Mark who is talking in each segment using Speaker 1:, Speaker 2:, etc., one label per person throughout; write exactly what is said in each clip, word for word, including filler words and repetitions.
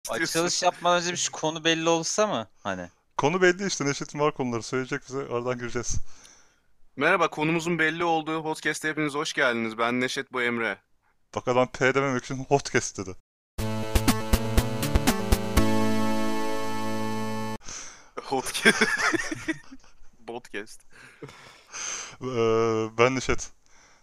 Speaker 1: istiyorsun?
Speaker 2: Açılış yapmadan önce bir şu konu belli olsa mı? Hani.
Speaker 3: Konu belli işte. Neşet'in var konuları söyleyecek bize. Aradan gireceğiz.
Speaker 1: Merhaba, konumuzun belli olduğu podcast'e hepiniz hoş geldiniz. Ben Neşet, bu Emre.
Speaker 3: Bak adam P dememek için Hotcast dedi.
Speaker 1: Podcast. Podcast.
Speaker 3: Ee, ben Neşet.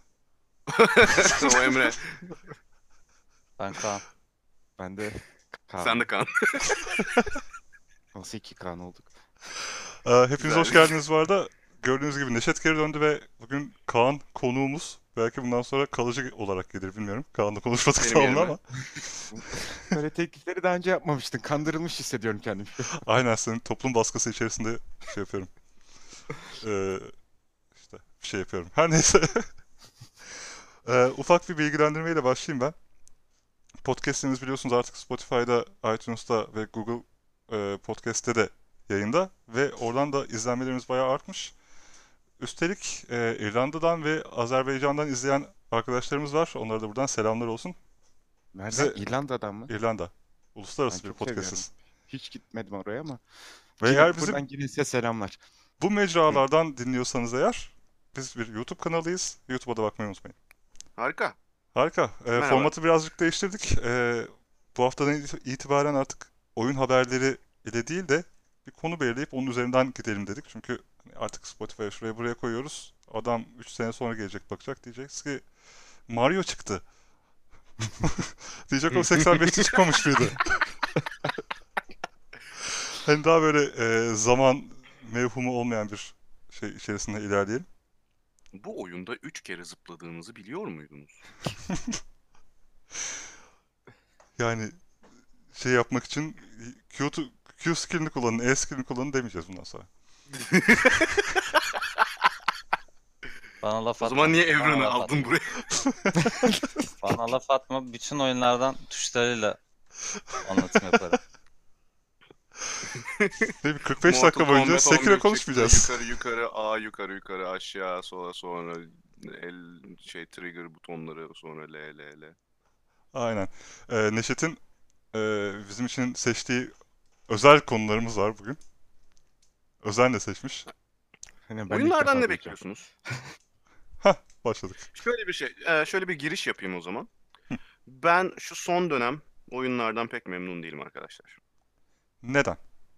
Speaker 1: O Emre.
Speaker 2: Ben Kaan.
Speaker 4: Ben de Kaan.
Speaker 1: Sen de kan.
Speaker 4: Nasıl iki Kaan olduk?
Speaker 3: Ee, hepiniz hoş
Speaker 1: Güzel.
Speaker 3: geldiniz bu arada. Gördüğünüz gibi Neşet geri döndü ve bugün Kaan konuğumuz. Belki bundan sonra kalıcı olarak gelir bilmiyorum. Kaan'la konuşmadık
Speaker 1: Benim
Speaker 3: sağ olun
Speaker 1: yerime.
Speaker 3: ama.
Speaker 4: Böyle teklifleri daha önce yapmamıştın. Kandırılmış hissediyorum kendimi.
Speaker 3: Aynen senin toplum baskısı içerisinde şey yapıyorum. Ee, işte bir şey yapıyorum. Her neyse. Ee, ufak bir bilgilendirmeyle başlayayım ben. Podcast'imiz biliyorsunuz artık Spotify'da, iTunes'ta ve Google e, Podcast'te de yayında ve oradan da izlenmelerimiz bayağı artmış. Üstelik e, İrlanda'dan ve Azerbaycan'dan izleyen arkadaşlarımız var. Onlara da buradan selamlar olsun.
Speaker 4: Nereden?
Speaker 3: Bize
Speaker 4: İrlanda'dan mı?
Speaker 3: İrlanda,
Speaker 4: Ben
Speaker 3: uluslararası bir
Speaker 4: çok seviyorum.
Speaker 3: podcastiz.
Speaker 4: Hiç gitmedim oraya ama.
Speaker 3: Ve
Speaker 4: Girin,
Speaker 3: eğer bizi
Speaker 4: buradan Guinness'e selamlar.
Speaker 3: bu mecralardan dinliyorsanız eğer, biz bir YouTube kanalıyız. YouTube'a da bakmayı unutmayın.
Speaker 1: Harika.
Speaker 3: Harika. E,
Speaker 1: Merhaba.
Speaker 3: formatı birazcık değiştirdik. E, bu haftadan it- itibaren artık oyun haberleri ile değil de bir konu belirleyip onun üzerinden gidelim dedik. Çünkü hani artık Spotify'a şuraya buraya koyuyoruz. Adam üç sene sonra gelecek bakacak diyeceğiz ki Mario çıktı. Diyecek o seksen beşte çıkmamış mıydı? Hani daha böyle e, zaman mevhumu olmayan bir şey içerisinde ilerleyelim.
Speaker 1: Bu oyunda üç kere zıpladığınızı biliyor muydunuz?
Speaker 3: Yani şey yapmak için Q, Q skillini kullanın, E skillini kullanın demeyeceğiz bundan sonra.
Speaker 2: Bana laf
Speaker 1: O
Speaker 2: atma.
Speaker 1: zaman niye
Speaker 2: Bana
Speaker 1: Evren'i
Speaker 2: laf
Speaker 1: aldın
Speaker 2: atma.
Speaker 1: buraya?
Speaker 2: Bana laf atma. Bütün oyunlardan tuşlarıyla anlatım yaparım.
Speaker 3: Ve bir kırk beş
Speaker 1: Mortal
Speaker 3: dakika boyunca
Speaker 1: Kombat
Speaker 3: Sekiro
Speaker 1: on bir çıktı.
Speaker 3: konuşmayacağız.
Speaker 1: Yukarı yukarı A, yukarı yukarı aşağı, sola, sonra el şey trigger butonları, sonra L L L.
Speaker 3: Aynen. Ee, Neşet'in e, bizim için seçtiği özel konularımız var bugün. Özenle seçmiş.
Speaker 4: Hani ben de ilk
Speaker 1: Oyunlardan
Speaker 4: defa
Speaker 1: ne
Speaker 4: duyacağım.
Speaker 1: bekliyorsunuz?
Speaker 3: Hah, başladık.
Speaker 1: Şöyle bir şey, e, şöyle bir giriş yapayım o zaman. Ben şu son dönem oyunlardan pek memnun değilim arkadaşlar.
Speaker 3: Neden?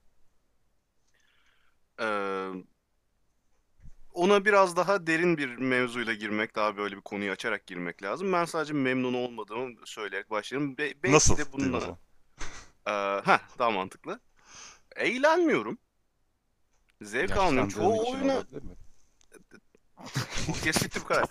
Speaker 1: Ee, Ona biraz daha derin bir mevzuyla girmek, daha böyle bir konuyu açarak girmek lazım. Ben sadece memnun olmadığımı söyleyerek başlayayım. Be- belki
Speaker 3: Nasıl
Speaker 1: de
Speaker 3: diyeyim o
Speaker 1: bununla...
Speaker 3: zaman.
Speaker 1: Ee, heh, daha mantıklı. Eğlenmiyorum. Zevk almıyorum.
Speaker 4: Yaşlandığım
Speaker 1: Çoğu
Speaker 4: için
Speaker 1: oyuna...
Speaker 4: olabilir mi?
Speaker 1: Podcast bitti bu kadar.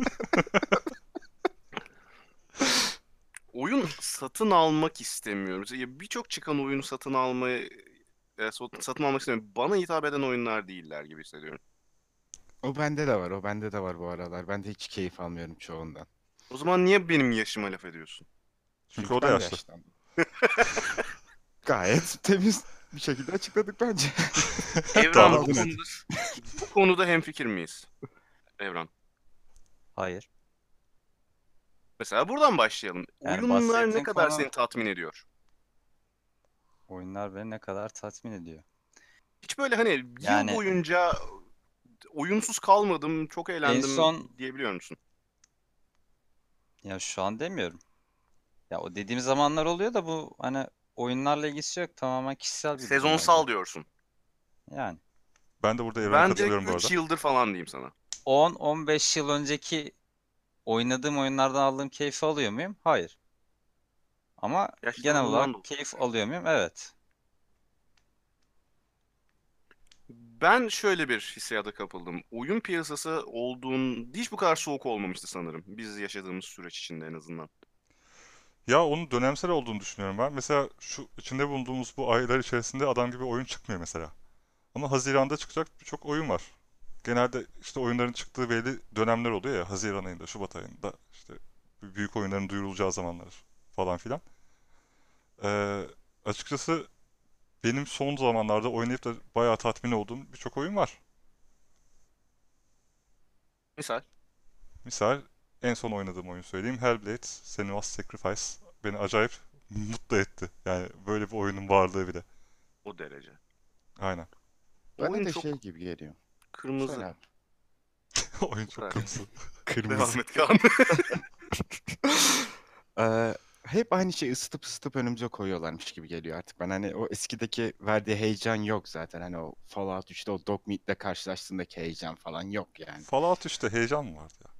Speaker 1: Oyun satın almak istemiyorum. Ya birçok çıkan oyunu satın almayı e, sat- satın almak istemiyorum. Bana hitap eden oyunlar değiller gibi hissediyorum.
Speaker 4: O bende de var. O bende de var bu aralar. Ben de hiç keyif almıyorum çoğundan.
Speaker 1: O zaman niye benim yaşıma laf ediyorsun?
Speaker 3: Çünkü
Speaker 4: Çünkü
Speaker 3: o da
Speaker 4: ben de
Speaker 3: yaşlı.
Speaker 4: yaşlandım. Gayet temiz bir şekilde açıkladık bence.
Speaker 1: Evren,
Speaker 3: Daha
Speaker 1: bu
Speaker 3: da net.
Speaker 1: konuda bu konuda hemfikir miyiz? Evren.
Speaker 2: Hayır.
Speaker 1: Mesela buradan başlayalım.
Speaker 2: Yani
Speaker 1: Oyunlar ne
Speaker 2: bahsettiğin
Speaker 1: kadar
Speaker 2: konu
Speaker 1: seni tatmin ediyor?
Speaker 2: oyunlar beni ne kadar tatmin ediyor.
Speaker 1: Hiç böyle hani yıl
Speaker 2: Yani
Speaker 1: boyunca oyunsuz kalmadım, çok
Speaker 2: en
Speaker 1: eğlendim
Speaker 2: son
Speaker 1: diyebiliyor musun?
Speaker 2: ya şu an demiyorum. Ya o dediğim zamanlar oluyor da bu hani oyunlarla ilgisi yok. Tamamen kişisel bir durum bence.
Speaker 1: Sezonsal diyorsun.
Speaker 2: Yani
Speaker 3: Ben de burada Evren'e
Speaker 1: Ben
Speaker 3: katılıyorum
Speaker 1: direkt
Speaker 3: bu
Speaker 1: üç
Speaker 3: arada.
Speaker 1: yıldır falan diyeyim sana.
Speaker 2: on on beş yıl önceki oynadığım oyunlardan aldığım keyfi alıyor muyum? Hayır. Ama genel
Speaker 1: Yaşlandığından
Speaker 2: olarak
Speaker 1: dolayı.
Speaker 2: keyif alıyor muyum? Evet.
Speaker 1: Ben şöyle bir hissiyata kapıldım. Oyun piyasası olduğun hiç bu kadar soğuk olmamıştı sanırım. Biz yaşadığımız süreç içinde en azından.
Speaker 3: Ya onun dönemsel olduğunu düşünüyorum ben. Mesela şu içinde bulunduğumuz bu aylar içerisinde adam gibi oyun çıkmıyor mesela. Ama Haziran'da çıkacak birçok oyun var. Genelde işte oyunların çıktığı belli dönemler oluyor ya. Haziran ayında, Şubat ayında işte büyük oyunların duyurulacağı zamanlar falan filan. Ee, açıkçası benim son zamanlarda oynayıp da bayağı tatmin olduğum birçok oyun var.
Speaker 1: Misal.
Speaker 3: Misal en son oynadığım oyun söyleyeyim. Hellblade: Senua's Sacrifice beni acayip mutlu etti. Yani böyle bir oyunun varlığı bile.
Speaker 1: O derece.
Speaker 3: Aynen.
Speaker 1: O
Speaker 4: Bana
Speaker 1: oyun
Speaker 4: da
Speaker 1: çok
Speaker 4: şey gibi geliyor.
Speaker 1: kırmızı.
Speaker 4: Söyle abi.
Speaker 3: Oyun çok
Speaker 1: Bırak.
Speaker 3: kırmızı.
Speaker 4: Kırmızı.
Speaker 1: Devam et Kaan.
Speaker 4: Ee, hep aynı şeyi ısıtıp ısıtıp önümüze koyuyorlarmış gibi geliyor artık. Ben hani o eskideki verdiği heyecan yok zaten. Hani o Fallout üçte o Dogmeat'le karşılaştığındaki heyecan falan yok yani.
Speaker 3: Fallout üçte heyecan mı vardı ya?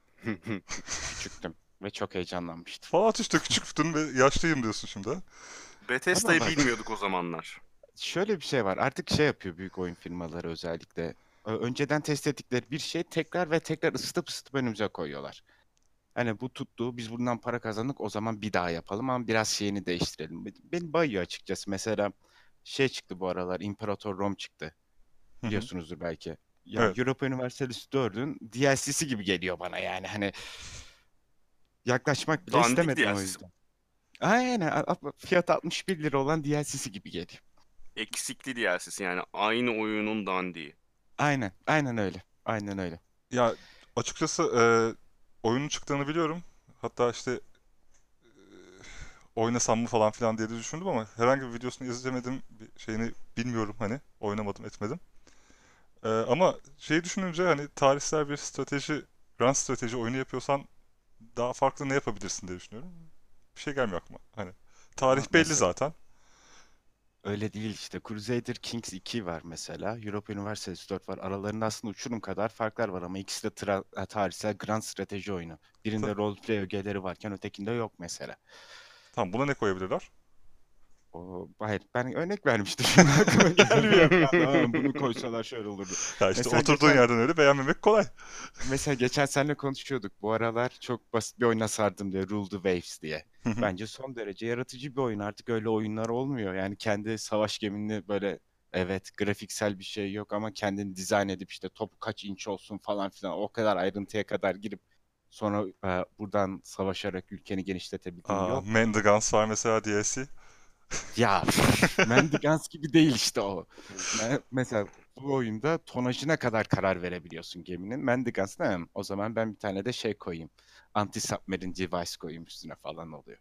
Speaker 4: Küçüktüm ve çok heyecanlanmıştım.
Speaker 3: Fallout üçte küçüktün ve yaşlıyım diyorsun şimdi. ha?
Speaker 4: Ama
Speaker 1: Bethesda'yı
Speaker 4: bak
Speaker 1: bilmiyorduk o zamanlar.
Speaker 4: şöyle bir şey var. Artık şey yapıyor büyük oyun firmaları özellikle. Ö- Önceden test ettikleri bir şey tekrar ve tekrar ısıtıp ısıtıp önümüze koyuyorlar. Hani bu tuttu, biz bundan para kazandık, o zaman bir daha yapalım ama biraz şeyini değiştirelim. Be- Beni bayıyor açıkçası. Mesela şey çıktı bu aralar, İmparator Rom çıktı.
Speaker 3: Hı hı.
Speaker 4: Biliyorsunuzdur belki. Ya
Speaker 3: Evet.
Speaker 4: Europa Universalis dördün D L C'si gibi geliyor bana yani. Hani yaklaşmak bile
Speaker 1: Dandik
Speaker 4: istemedim o
Speaker 1: D L C'si.
Speaker 4: yüzden. Aynen, a- a- fiyat altmış bir lira olan D L C'si gibi geliyor.
Speaker 1: Eksikli D L C'si yani aynı oyunun dandiği.
Speaker 4: Aynen, aynen öyle. Aynen öyle.
Speaker 3: Ya açıkçası e, oyunun çıktığını biliyorum. Hatta işte e, oynasam mı falan filan diye de düşündüm ama herhangi bir videosunu izlemedim. Bir şeyini bilmiyorum hani. Oynamadım etmedim. E, ama şeyi düşününce hani tarihsel bir strateji, grand strateji oyunu yapıyorsan daha farklı ne yapabilirsin diye düşünüyorum. Bir şey gelmiyor aklıma. Hani
Speaker 4: Ama
Speaker 3: tarih belli
Speaker 4: mesela
Speaker 3: zaten.
Speaker 4: öyle değil işte. Crusader Kings iki var mesela. Europa Universalis dört var. Aralarında aslında uçurum kadar farklar var ama ikisi de tra- tarihsel grand strateji oyunu.
Speaker 3: Ta-
Speaker 4: Birinde roleplay ögeleri varken ötekinde yok mesela.
Speaker 3: tamam buna ne koyabilirler?
Speaker 4: O, hayır, ben örnek vermiştim. Şu an aklıma gelmiyor. Yani, "Aa, bunu koysalar şöyle olurdu."
Speaker 3: Ya işte
Speaker 4: Mesela
Speaker 3: oturduğun
Speaker 4: geçen
Speaker 3: yerden öyle beğenmemek kolay.
Speaker 4: mesela geçen seninle konuşuyorduk. Bu aralar çok basit bir oyuna sardım diye. Rule the Waves diye.
Speaker 3: Hı hı.
Speaker 4: Bence son derece yaratıcı bir oyun. Artık öyle oyunlar olmuyor. Yani kendi savaş gemini böyle, evet, grafiksel bir şey yok ama kendini dizayn edip işte topu kaç inç olsun falan filan o kadar ayrıntıya kadar girip sonra e, buradan savaşarak ülkeni genişletebildiğin
Speaker 3: Aa,
Speaker 4: yok.
Speaker 3: Man the Guns var mesela D L C.
Speaker 4: Ya Mendigans gibi değil işte o. Me- mesela bu oyunda tonajına kadar karar verebiliyorsun geminin. Mendigans ne? Hmm, o zaman ben bir tane de şey koyayım. Anti-submarine device koyayım üstüne falan oluyor.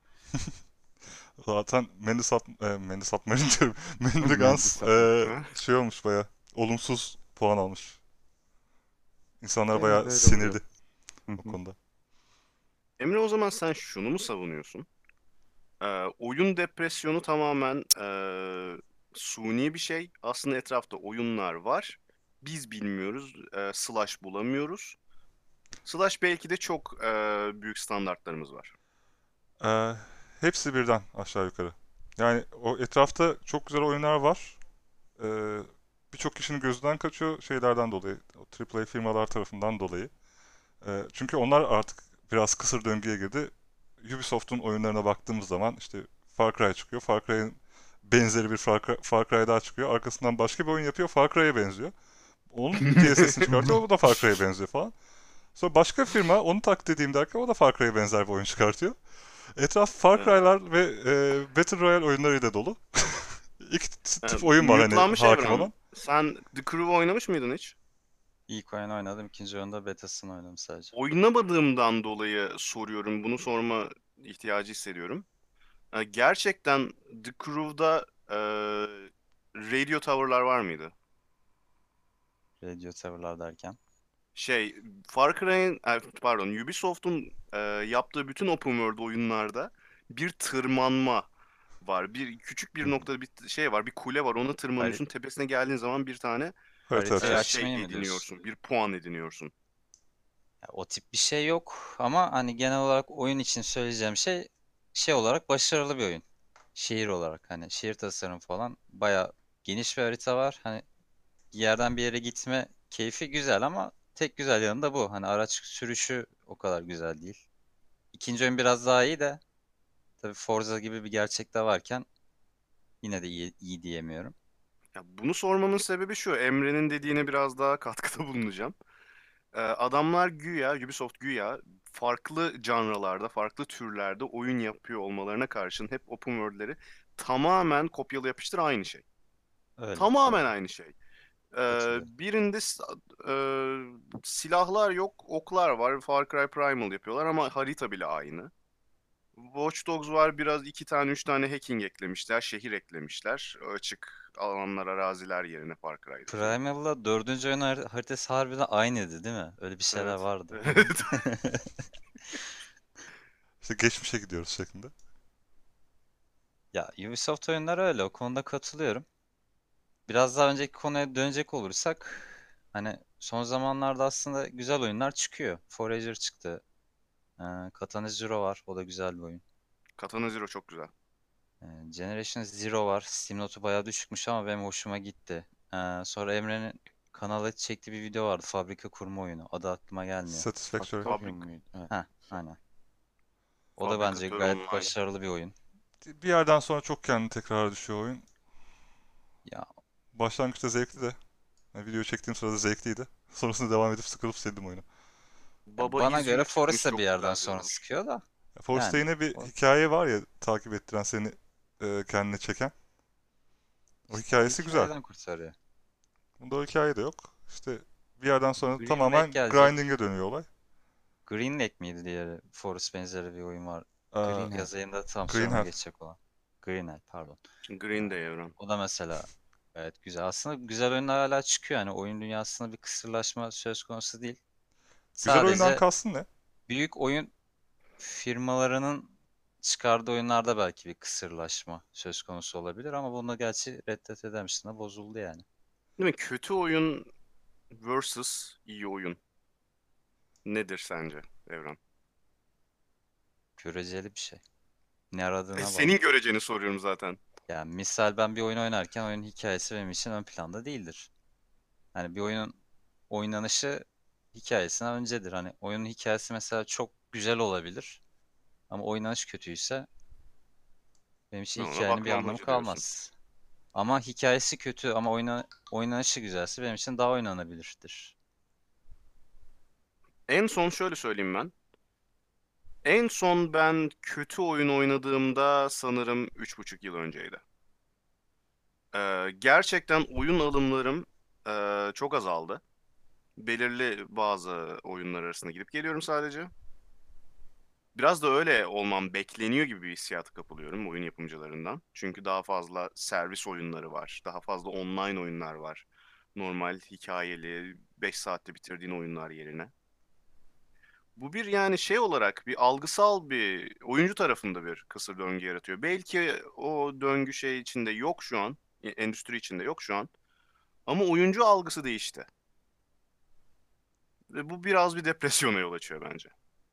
Speaker 3: Zaten Mendy Sat, e, Mendy Submarine diyorum. Man the Guns
Speaker 4: Mendy
Speaker 3: e,
Speaker 1: Ha?
Speaker 3: şey olmuş baya olumsuz puan almış. İnsanlar baya
Speaker 4: Genelde öyle oluyor.
Speaker 3: sinirli
Speaker 4: Hı
Speaker 3: o
Speaker 4: hı.
Speaker 3: konuda.
Speaker 1: Emre o zaman sen şunu mu savunuyorsun? Ee, oyun depresyonu tamamen ee, suni bir şey. Aslında etrafta oyunlar var. Biz bilmiyoruz. ee, slash bulamıyoruz. Slash belki de çok ee, büyük standartlarımız var.
Speaker 3: E, hepsi birden aşağı yukarı. Yani o etrafta çok güzel oyunlar var. E, birçok kişinin gözünden kaçıyor şeylerden dolayı. O A A A firmalar tarafından dolayı. E, çünkü onlar artık biraz kısır döngüye girdi. Ubisoft'un oyunlarına baktığımız zaman işte Far Cry çıkıyor. Far Cry'ın benzeri bir Far Cry, Far Cry daha çıkıyor. Arkasından başka bir oyun yapıyor. Far Cry'e benziyor. Onun bir D L C'sini çıkartıyor. O da Far Cry'e benziyor falan. Sonra başka firma onu taklit edeyim derken o da Far Cry'e benzer bir oyun çıkartıyor. Etraf Far
Speaker 1: Ee,
Speaker 3: Cry'lar ve e, Battle Royale oyunlarıyla dolu. İki t-
Speaker 1: e,
Speaker 3: tip oyun var hani
Speaker 1: mute'lanmış
Speaker 3: hakim
Speaker 1: Evren.
Speaker 3: olan.
Speaker 1: Sen The Crew oynamış mıydın hiç?
Speaker 2: İlk oyunu oynadım. İkinci oyunda betasını oynadım sadece.
Speaker 1: Oynamadığımdan dolayı soruyorum. Bunu sorma ihtiyacı hissediyorum. Ee, gerçekten The Crew'da ee, radio tower'lar var mıydı?
Speaker 2: Radio Tower'lar derken.
Speaker 1: Şey, Far Cry'in, e, pardon, Ubisoft'un e, yaptığı bütün open world oyunlarda bir tırmanma var. Bir küçük
Speaker 3: Hı
Speaker 1: bir
Speaker 3: hı.
Speaker 1: noktada bir şey var, bir kule var. Ona
Speaker 2: Hari-
Speaker 1: tırmanıyorsun. Tepesine geldiğin zaman bir tane
Speaker 3: Harita
Speaker 1: e,
Speaker 2: haritayı
Speaker 3: açıyorsun.
Speaker 1: şey
Speaker 2: açmayı mı diyorsun?
Speaker 1: ediniyorsun. Bir puan ediniyorsun.
Speaker 2: Ya, o tip bir şey yok ama hani genel olarak oyun için söyleyeceğim şey şey olarak başarılı bir oyun. Şehir olarak hani şehir tasarımı falan baya geniş bir harita var. Hani bir yerden bir yere gitme keyfi güzel ama tek güzel yanı da bu. Hani araç sürüşü o kadar güzel değil. İkinci oyun biraz daha iyi de tabii Forza gibi bir gerçek de varken yine de iyi, iyi diyemiyorum.
Speaker 1: Ya bunu sormamın sebebi şu. Emre'nin dediğine biraz daha katkıda bulunacağım. E, adamlar güya, Ubisoft güya farklı canralarda, farklı türlerde oyun yapıyor olmalarına karşın hep open world'leri tamamen kopyala yapıştır aynı şey.
Speaker 2: Öyle,
Speaker 1: Tamamen
Speaker 2: öyle.
Speaker 1: aynı şey. Ee,
Speaker 2: Katılıyorum.
Speaker 1: birinde s- e, silahlar yok, oklar var. Far Cry Primal yapıyorlar ama harita bile aynı. Watch Dogs var, biraz iki tane üç tane hacking eklemişler, şehir eklemişler. Açık alanlar, araziler yerine Far Cry'daki.
Speaker 2: Primal'la dördüncü oyun har- haritası harbiden aynıydı değil mi? Öyle bir şeyler
Speaker 1: Evet.
Speaker 2: vardı.
Speaker 1: Evet.
Speaker 3: İşte geçmişe gidiyoruz şeklinde.
Speaker 2: Ya Ubisoft oyunları öyle. O konuda katılıyorum. Biraz daha önceki konuya dönecek olursak hani son zamanlarda aslında güzel oyunlar çıkıyor. Forager çıktı. Ee, Katana Zero var. O da güzel bir oyun.
Speaker 1: Katana Zero çok güzel.
Speaker 2: Ee, Generation Zero var. Steam notu bayağı düşükmüş ama benim hoşuma gitti. Ee, sonra Emre'nin kanala çektiği bir video vardı. Fabrika kurma oyunu. Adı aklıma gelmiyor.
Speaker 3: Satisfactory.
Speaker 4: Factorio muydu? Evet.
Speaker 2: Heh, aynen. O da bence
Speaker 1: Fabrikatör
Speaker 2: gayet
Speaker 1: Online.
Speaker 2: başarılı bir oyun.
Speaker 3: Bir yerden sonra çok kendi tekrara düşüyor oyun.
Speaker 2: Ya
Speaker 3: Başlangıçta zevkli de. Yani video çektiğim sırada zevkliydi. Sonrasında devam edip sıkılıp sildim oyunu.
Speaker 1: Baba
Speaker 2: bana
Speaker 1: Is
Speaker 2: göre
Speaker 1: You
Speaker 2: Forest
Speaker 1: çıkmış,
Speaker 2: da
Speaker 1: çok
Speaker 2: bir
Speaker 1: güzel
Speaker 2: yerden
Speaker 1: bir
Speaker 2: sonra
Speaker 1: oyun.
Speaker 2: sıkıyor da.
Speaker 3: Ya Force'ta
Speaker 2: Yani
Speaker 3: yine bir
Speaker 2: o
Speaker 3: hikaye var ya takip ettiren seni e, kendine çeken. O
Speaker 2: işte o
Speaker 3: hikayesi güzel.
Speaker 2: hikayeden kurtarıyor.
Speaker 3: Bunda o hikaye de yok. İşte bir yerden sonra
Speaker 2: Green
Speaker 3: tamamen
Speaker 2: Lake gelecek.
Speaker 3: grinding'e dönüyor olay.
Speaker 2: Green Lake miydi diğeri? Forest benzeri bir oyun var.
Speaker 3: Aa,
Speaker 4: Green Hell.
Speaker 2: Yaz ayında tam
Speaker 3: Green
Speaker 2: sonuna
Speaker 3: Hell.
Speaker 2: geçecek olan. Green Hell pardon.
Speaker 1: Green Day evren.
Speaker 2: O da mesela gayet güzel. Aslında güzel oyunlar hala çıkıyor. Yani oyun dünyasında bir kısırlaşma söz konusu değil.
Speaker 3: Güzel oyundan
Speaker 2: Sadece
Speaker 3: kastın ne?
Speaker 2: büyük oyun firmalarının çıkardığı oyunlarda belki bir kısırlaşma söz konusu olabilir ama bunu gerçi Red Dead Redemption'da bozuldu yani.
Speaker 1: Değil mi? Kötü oyun versus iyi oyun. Nedir sence evren?
Speaker 2: Göreceli bir şey. Ne
Speaker 1: E,
Speaker 2: aradığına bağlı.
Speaker 1: senin göreceni soruyorum zaten.
Speaker 2: Yani misal ben bir oyun oynarken oyunun hikayesi benim için ön planda değildir. Hani bir oyunun oynanışı hikayesinden öncedir. Hani oyunun hikayesi mesela çok güzel olabilir ama oynanış kötüyse benim için
Speaker 1: Ben ona
Speaker 2: hikayenin bir
Speaker 1: bakmam
Speaker 2: anlamı
Speaker 1: hacı diyorsun.
Speaker 2: kalmaz. Ama hikayesi kötü ama oyna, oynanışı güzelse benim için daha oynanabilirdir.
Speaker 1: En son şöyle söyleyeyim ben. En son ben kötü oyun oynadığımda sanırım üç buçuk yıl önceydi. Ee, gerçekten oyun alımlarım e, çok azaldı. Belirli bazı oyunlar arasında gidip geliyorum sadece. Biraz da öyle olmam bekleniyor gibi bir hissiyata kapılıyorum oyun yapımcılarından. Çünkü daha fazla servis oyunları var. Daha fazla online oyunlar var. Normal hikayeli beş saatte bitirdiğin oyunlar yerine. Bu bir yani şey olarak bir algısal bir oyuncu tarafında bir kısır döngü yaratıyor. Belki o döngü şey içinde yok şu an. e, Endüstri içinde yok şu an. Ama oyuncu algısı değişti. Ve bu biraz bir depresyona yol açıyor bence.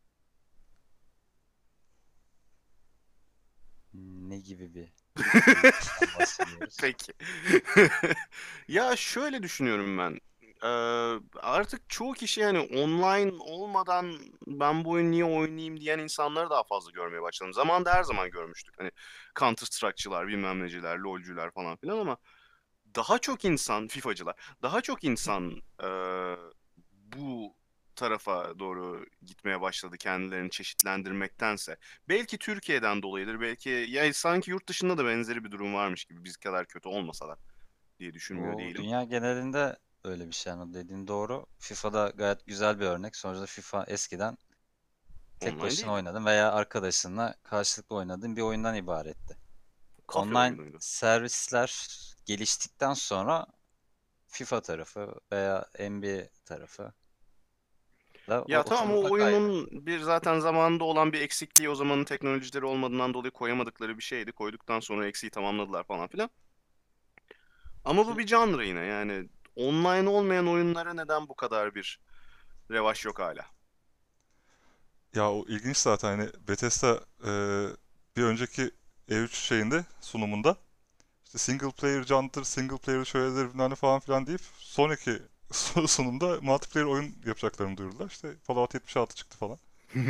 Speaker 2: Ne gibi bir değişiklikten bahsediyoruz?
Speaker 1: Peki. Ya şöyle düşünüyorum ben. Ee, artık çoğu kişi hani online olmadan ben bu oyunu niye oynayayım diyen insanları daha fazla görmeye başladım. Zamanında her zaman görmüştük. Hani Counter Strike'çılar, bilmem neciler, LoL'cüler falan filan ama daha çok insan, FIFA'cılar, daha çok insan e, bu tarafa doğru gitmeye başladı kendilerini çeşitlendirmektense. Belki Türkiye'den dolayıdır, belki ya sanki yurt dışında da benzeri bir durum varmış gibi biz kadar kötü olmasa da diye düşünmüyor
Speaker 2: Bu
Speaker 1: değilim.
Speaker 2: dünya genelinde öyle bir şey yani dediğin doğru. FIFA'da gayet güzel bir örnek. Sonuçta FIFA eskiden tek
Speaker 1: Online
Speaker 2: başına
Speaker 1: değildi.
Speaker 2: oynadın veya arkadaşınla karşılıklı oynadığın bir oyundan ibaretti.
Speaker 1: Kafe
Speaker 2: Online
Speaker 1: oyunuydu.
Speaker 2: servisler geliştikten sonra FIFA tarafı veya N B A tarafı da o,
Speaker 1: Ya
Speaker 2: o
Speaker 1: tamam,
Speaker 2: tarafa
Speaker 1: o
Speaker 2: kaydı.
Speaker 1: oyunun bir zaten zamanında olan bir eksikliği, o zamanın teknolojileri olmadığından dolayı koyamadıkları bir şeydi. Koyduktan sonra eksiği tamamladılar falan filan. Ama bu
Speaker 2: Ki
Speaker 1: bir genre yine yani online olmayan oyunlara neden bu kadar bir revaç yok hala?
Speaker 3: Ya o ilginç zaten hani Bethesda e, bir önceki E üç şeyinde sunumunda işte single player canlıdır, single player şöyledir bilmem ne falan filan deyip sonraki sunumda multiplayer oyun yapacaklarını duyurdular. İşte Fallout yetmiş altı çıktı falan.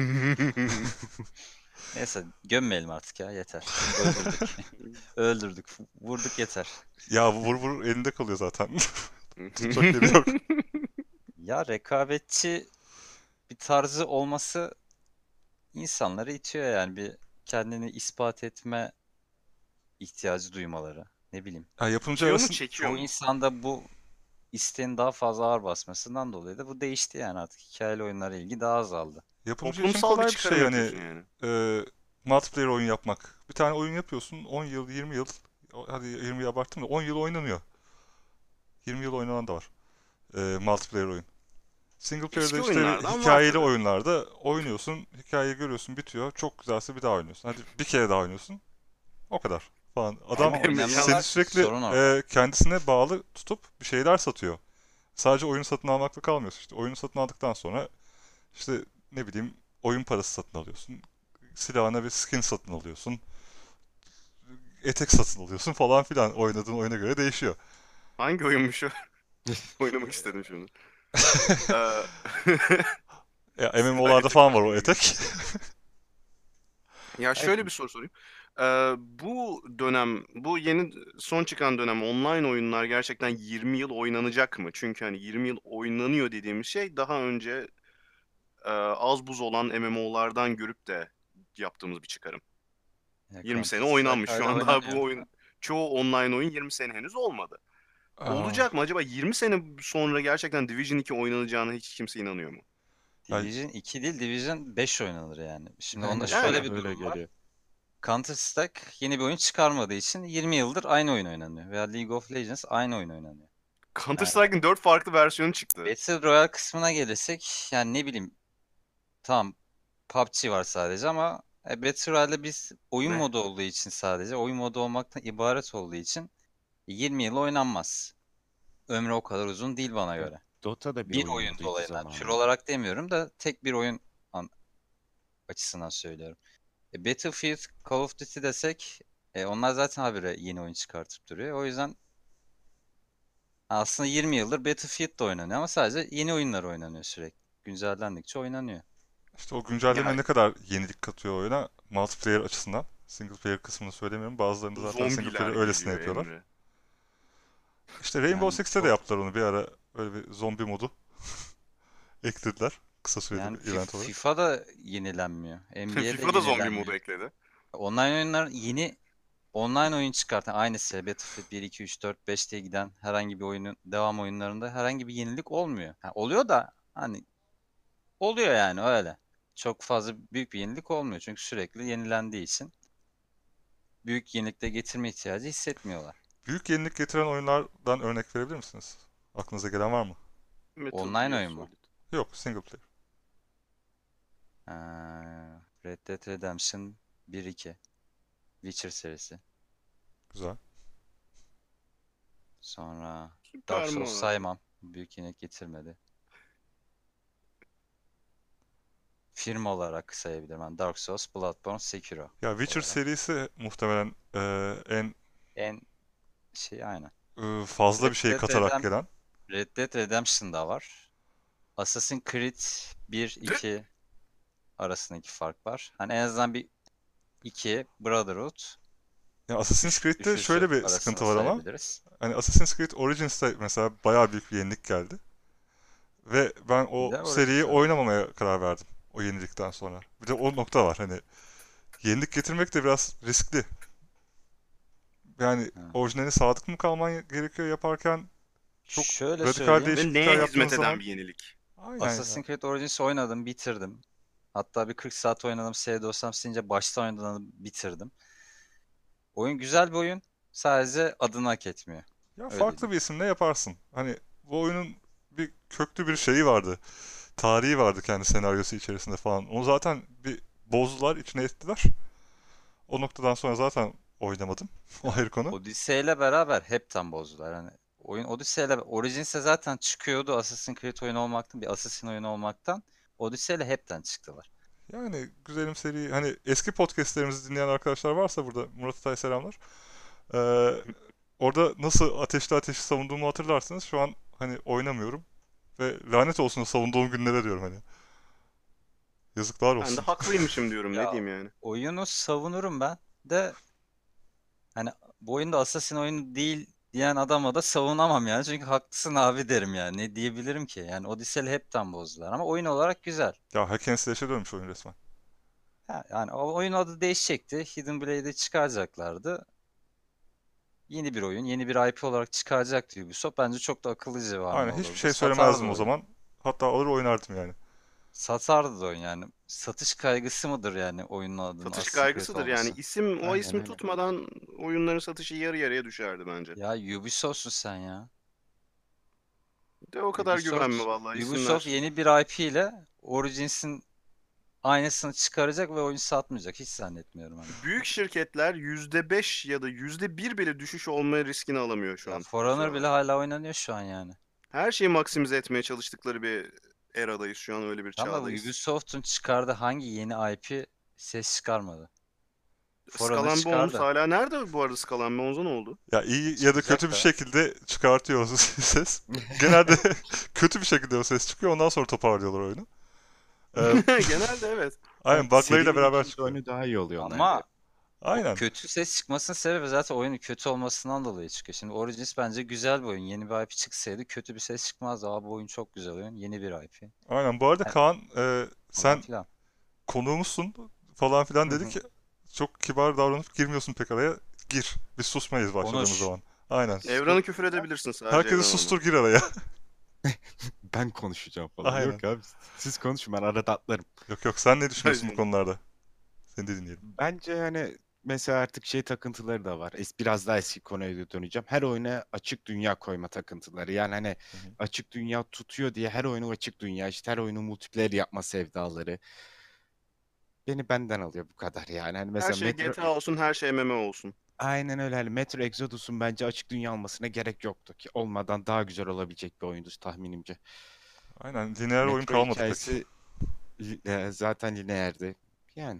Speaker 2: neyse gömmeyelim artık ya yeter. Öldürdük. Öldürdük. Vurduk yeter.
Speaker 3: Ya vur vur elinde kalıyor zaten. Tutacak yeri yok.
Speaker 2: Ya rekabetçi bir tarzı olması insanları itiyor yani bir kendini ispat etme ihtiyacı duymaları. Ne bileyim.
Speaker 3: Ya yapımcı
Speaker 1: İtiyor mu,
Speaker 3: arasın
Speaker 1: çekiyor
Speaker 2: Çoğu
Speaker 1: mu?
Speaker 2: insanda bu isteğin daha fazla ağır basmasından dolayı da bu değişti yani artık hikayeli oyunlara ilgi daha azaldı.
Speaker 3: yapımcı için
Speaker 1: Toplumsal bir
Speaker 3: kolay bir
Speaker 1: çıkarım
Speaker 3: şey hani
Speaker 1: yapıyorsun yani.
Speaker 3: e, multiplayer oyun yapmak. Bir tane oyun yapıyorsun on yıl, yirmi yıl. Hadi yirmi yıl abarttım da on yıl oynanıyor. yirmi yıl oynanan da var. Ee, multiplayer oyun. Single player'da
Speaker 1: Eski
Speaker 3: işte
Speaker 1: oyunlardan var
Speaker 3: hikayeli
Speaker 1: tabii.
Speaker 3: oyunlarda oynuyorsun, hikayeyi görüyorsun, bitiyor. Çok güzelse bir daha oynuyorsun. Hadi bir kere daha oynuyorsun. O kadar falan. Adam
Speaker 2: Ama
Speaker 1: Emre
Speaker 2: önemli
Speaker 1: yalnız
Speaker 3: seni
Speaker 2: olan
Speaker 3: sürekli
Speaker 2: sorun orada.
Speaker 3: e, kendisine bağlı tutup bir şeyler satıyor. Sadece oyunu satın almakla kalmıyorsun. İşte oyunu satın aldıktan sonra işte ne bileyim oyun parası satın alıyorsun. Silahına bir skin satın alıyorsun. Etek satın alıyorsun falan filan. Oynadığın oyuna göre değişiyor.
Speaker 1: Hangi oyunmuş o? Oynamak istedim şimdi. Ee,
Speaker 3: Ya
Speaker 1: Silah
Speaker 3: M M O'larda
Speaker 1: etek
Speaker 3: falan var o
Speaker 1: oyunu.
Speaker 3: etek.
Speaker 1: Ya
Speaker 4: Evet.
Speaker 1: şöyle bir soru sorayım. Ee, bu dönem, bu yeni son çıkan dönem online oyunlar gerçekten yirmi yıl oynanacak mı? Çünkü hani yirmi yıl oynanıyor dediğimiz şey daha önce e, az buz olan M M O'lardan görüp de yaptığımız bir çıkarım.
Speaker 2: Ya
Speaker 1: yirmi sene
Speaker 2: Counter Strike
Speaker 1: oynanmış. Şu
Speaker 2: hala
Speaker 1: an daha
Speaker 2: oynanıyor.
Speaker 1: bu oyun çoğu online oyun yirmi sene henüz olmadı.
Speaker 3: Aa,
Speaker 1: Olacak mı acaba yirmi sene sonra gerçekten Division iki oynanacağına hiç kimse inanıyor mu?
Speaker 3: ya,
Speaker 2: Division iki değil, Division beş oynanır yani. Şimdi onda
Speaker 4: Aynen
Speaker 2: şöyle
Speaker 1: Yani
Speaker 4: bana
Speaker 2: bir
Speaker 4: öyle
Speaker 2: durum var.
Speaker 4: geliyor.
Speaker 2: Counter Strike yeni bir oyun çıkarmadığı için yirmi yıldır aynı oyun oynanıyor. Veya League of Legends aynı oyun oynanıyor.
Speaker 1: Counter
Speaker 2: Yani
Speaker 1: Strike'ın dört farklı versiyonu çıktı.
Speaker 2: Battle Royale kısmına gelirsek yani ne bileyim tamam P U B G var sadece ama e, Battle Royale'de biz oyun
Speaker 1: Ne?
Speaker 2: modu olduğu için sadece oyun modu olmaktan ibaret olduğu için yirmi yıl oynanmaz. Ömrü o kadar uzun değil bana
Speaker 4: Ya,
Speaker 2: göre.
Speaker 4: Dota da bir
Speaker 2: Bir
Speaker 4: oyun
Speaker 2: oyun
Speaker 4: moduydu
Speaker 2: dolayından tür
Speaker 4: zamanında.
Speaker 2: olarak demiyorum da tek bir oyun an- açısından söylüyorum. E, Battlefield, Call of Duty desek e, onlar zaten habire yeni oyun çıkartıp duruyor. O yüzden aslında yirmi yıldır Battlefield de oynanıyor ama sadece yeni oyunlar oynanıyor sürekli. Güncellendikçe oynanıyor.
Speaker 3: işte o güncelleme
Speaker 1: Ya
Speaker 3: ne kadar yenilik katıyor oyuna multiplayer açısından. Single player kısmını söylemiyorum. Bazılarında zaten single
Speaker 1: zombiler
Speaker 3: player öylesine
Speaker 1: geliyor
Speaker 3: yapıyorlar.
Speaker 1: Emre.
Speaker 3: İşte Rainbow
Speaker 4: Yani
Speaker 3: Six'te de
Speaker 4: çok
Speaker 3: yaptılar onu bir ara. Öyle bir zombi modu eklediler. Kısa süreli
Speaker 2: Yani
Speaker 3: bir
Speaker 2: Fi-
Speaker 3: event olarak.
Speaker 2: FIFA da yenilenmiyor. N B A de
Speaker 1: FIFA da zombi modu
Speaker 2: yenilenmiyor.
Speaker 1: ekledi.
Speaker 2: Online oyunlar yeni online oyun çıkartan aynısı Battlefield bir, iki, üç, dört, beş diye giden herhangi bir oyunun devam oyunlarında herhangi bir yenilik olmuyor. Ha, oluyor da hani oluyor yani öyle. Çok fazla büyük bir yenilik olmuyor çünkü sürekli yenilendiği için büyük yenilik de getirme ihtiyacı hissetmiyorlar.
Speaker 3: Büyük yenilik getiren oyunlardan örnek verebilir misiniz? Aklınıza gelen var mı?
Speaker 1: Metal
Speaker 2: Online
Speaker 1: Gear
Speaker 2: oyun mu?
Speaker 1: Solid.
Speaker 3: Yok, single player.
Speaker 2: Ee, Red Dead Redemption bir, iki, Witcher serisi.
Speaker 3: Güzel.
Speaker 2: Sonra Dark
Speaker 1: Super
Speaker 2: Souls
Speaker 1: Mario.
Speaker 2: saymam. Büyük yenilik getirmedi. Firma olarak sayabilirim. Yani Dark Souls, Bloodborne, Sekiro
Speaker 3: Ya Witcher
Speaker 2: olarak.
Speaker 3: serisi muhtemelen e, en
Speaker 2: En şey aynı.
Speaker 3: e, fazla
Speaker 2: Red
Speaker 3: bir şey
Speaker 2: Dead
Speaker 3: katarak
Speaker 2: Redem
Speaker 3: gelen.
Speaker 2: Red Dead Redemption'da var. Assassin's Creed bir, iki arasındaki fark var. Hani en azından bir iki Brotherhood,
Speaker 3: Ya Assassin's
Speaker 2: üç,
Speaker 3: Creed'de
Speaker 2: üçüncüsü
Speaker 3: şöyle bir
Speaker 2: arasında
Speaker 3: sıkıntı var ama
Speaker 2: sayabiliriz.
Speaker 3: hani Assassin's Creed Origins'te mesela bayağı büyük bir yenilik geldi. Ve ben
Speaker 2: Bir
Speaker 3: o
Speaker 2: de
Speaker 3: seriyi
Speaker 2: Origins var.
Speaker 3: oynamamaya karar verdim. O yenilikten sonra. Bir de o nokta var hani. Yenilik getirmek de biraz riskli. Yani
Speaker 2: Ha.
Speaker 3: orijinaline sadık mı kalman gerekiyor yaparken çok
Speaker 2: Şöyle
Speaker 3: radikal
Speaker 2: söyleyeyim.
Speaker 1: Ve
Speaker 3: değişiklikler
Speaker 1: neye
Speaker 3: yaptığınız
Speaker 1: hizmet eden
Speaker 3: zaman
Speaker 1: bir yenilik?
Speaker 3: aynen ya.
Speaker 2: Assassin's Creed Origins oynadım, bitirdim. Hatta bir kırk saat oynadım. S dosyam silince baştan oynadım, bitirdim. Oyun güzel bir oyun. Sadece adını hak etmiyor.
Speaker 3: Ya
Speaker 2: Öyle
Speaker 3: farklı
Speaker 2: diyeyim.
Speaker 3: bir isimle yaparsın. Hani bu oyunun bir köklü bir şeyi vardı. Tarihi vardı kendi senaryosu içerisinde falan. Onu zaten bir bozdular, içine ettiler. O noktadan sonra zaten oynamadım. O ayrı konu.
Speaker 2: Odyssey ile beraber hepten bozdular. Hani oyun Odyssey ile Origins'e zaten çıkıyordu Assassin's Creed oyunu olmaktan, bir Assassin oyunu olmaktan. Odyssey ile hepten çıktılar.
Speaker 3: Yani güzelim seri. Hani eski podcastlerimizi dinleyen arkadaşlar varsa burada Murat Atay selamlar. Ee, orada nasıl ateşli ateşi savunduğumu hatırlarsınız. Şu an hani oynamıyorum. Ve lanet olsun o savunduğum günlere diyorum hani. Yazıklar
Speaker 1: Ben de
Speaker 3: olsun.
Speaker 1: haklıymışım diyorum. Ne
Speaker 2: Ya
Speaker 1: diyeyim yani?
Speaker 2: oyunu savunurum ben de hani bu oyunda Assassin oyunu değil diyen adama da savunamam yani. Çünkü haklısın abi derim yani. Ne diyebilirim ki? Yani Odyssey ile hepten bozdular ama oyun olarak güzel.
Speaker 3: Ya hack and slash'e dönmüş oyun resmen.
Speaker 2: Ha, yani o oyun adı değişecekti. Hidden Blade'i çıkaracaklardı. Yeni bir oyun, yeni bir I P olarak çıkaracaktı Ubisoft. Bence çok da akıllıca bir hamle
Speaker 3: Aynen hiçbir
Speaker 2: olurdu.
Speaker 3: şey
Speaker 2: Satardı
Speaker 3: söylemezdim o
Speaker 2: oyunu.
Speaker 3: zaman. Hatta alır oynardım yani.
Speaker 2: satardı da oyun yani. Satış kaygısı mıdır yani oyunun adının
Speaker 1: Satış
Speaker 2: Assassin's Creed
Speaker 1: kaygısıdır yani.
Speaker 2: olması?
Speaker 1: İsim o
Speaker 4: Aynen
Speaker 1: ismi
Speaker 4: öyle.
Speaker 1: tutmadan oyunların satışı yarı yarıya düşerdi bence.
Speaker 2: Ya Ubisoft'sun sen ya.
Speaker 1: De o kadar güvenme
Speaker 2: Ubisoft,
Speaker 1: vallahi
Speaker 2: Ubisoft
Speaker 1: isimler.
Speaker 2: yeni bir I P ile Origins'in aynısını çıkaracak ve oyun satmayacak. Hiç zannetmiyorum hani.
Speaker 1: Büyük şirketler yüzde beş ya da yüzde bir bile düşüş olma riskini alamıyor şu
Speaker 2: Ya
Speaker 1: an.
Speaker 2: For
Speaker 1: Kusura
Speaker 2: Honor bile
Speaker 1: bakma.
Speaker 2: hala oynanıyor şu an yani.
Speaker 1: Her şeyi maksimize etmeye çalıştıkları bir eradayız şu an, öyle bir
Speaker 2: Ama
Speaker 1: çağdayız.
Speaker 2: Ubisoft'un çıkardığı hangi yeni I P ses çıkarmadı? For Honor
Speaker 1: Skull and Bones
Speaker 2: çıkardı.
Speaker 1: hala nerede bu arada? Skull and Bones'a ne oldu?
Speaker 3: Ya iyi ya da
Speaker 2: Çıkacak
Speaker 3: kötü bir
Speaker 2: da.
Speaker 3: şekilde çıkartıyor o ses. Genelde kötü bir şekilde o ses çıkıyor. Ondan sonra toparlıyorlar oyunu. Ee,
Speaker 1: Genelde evet.
Speaker 3: aynen
Speaker 4: Yani
Speaker 3: bug'larıyla
Speaker 4: serinin
Speaker 3: beraber
Speaker 4: ikinci
Speaker 3: çıkıyor.
Speaker 4: oyunu daha iyi oluyor onlarda.
Speaker 2: Ama o
Speaker 3: Aynen.
Speaker 2: kötü ses çıkmasının sebebi zaten oyunun kötü olmasından dolayı çıkıyor. Şimdi Origins bence güzel bir oyun. Yeni bir I P çıksaydı kötü bir ses çıkmazdı. Abi bu oyun çok güzel oyun. Yeni bir I P.
Speaker 3: Aynen. Bu arada
Speaker 2: Yani
Speaker 3: Kaan e,
Speaker 2: falan
Speaker 3: sen
Speaker 2: filan.
Speaker 3: konuğumuzsun falan filan
Speaker 2: Hı
Speaker 3: dedi
Speaker 2: hı.
Speaker 3: ki çok kibar davranıp girmiyorsun pek araya. Gir. Biz susmayız başladığımız
Speaker 2: Konuş.
Speaker 3: zaman. Aynen.
Speaker 1: Evran'ı küfür edebilirsin sadece,
Speaker 3: Herkesi
Speaker 1: Evran
Speaker 3: sustur
Speaker 1: olmaz.
Speaker 3: gir araya.
Speaker 4: Ben konuşacağım falan.
Speaker 3: Aynen.
Speaker 4: Yok abi, siz konuşun, ben arada atlarım.
Speaker 3: Yok yok sen ne düşünüyorsun bu
Speaker 1: Aynen.
Speaker 3: konularda? Seni de dinleyelim.
Speaker 4: Bence hani mesela artık şey takıntıları da var. Es biraz daha eski konuya döneceğim. Her oyuna açık dünya koyma takıntıları. Yani hani
Speaker 3: Hı hı.
Speaker 4: açık dünya tutuyor diye her oyunu açık dünya, işte her oyunu multiplayer yapma sevdaları. Beni benden alıyor bu kadar yani. Hani
Speaker 1: Her
Speaker 4: mesela
Speaker 1: şey
Speaker 4: Metro
Speaker 1: G T A olsun, her şey M M O olsun.
Speaker 4: aynen öyle. Hani Metro Exodus'un bence açık dünya olmasına gerek yoktu ki. Olmadan daha güzel olabilecek bir oyundu tahminimce.
Speaker 3: Aynen. Lineer oyun
Speaker 4: Metro
Speaker 3: kalmadı pek.
Speaker 4: hikayesi li- e, zaten lineerdi. Yani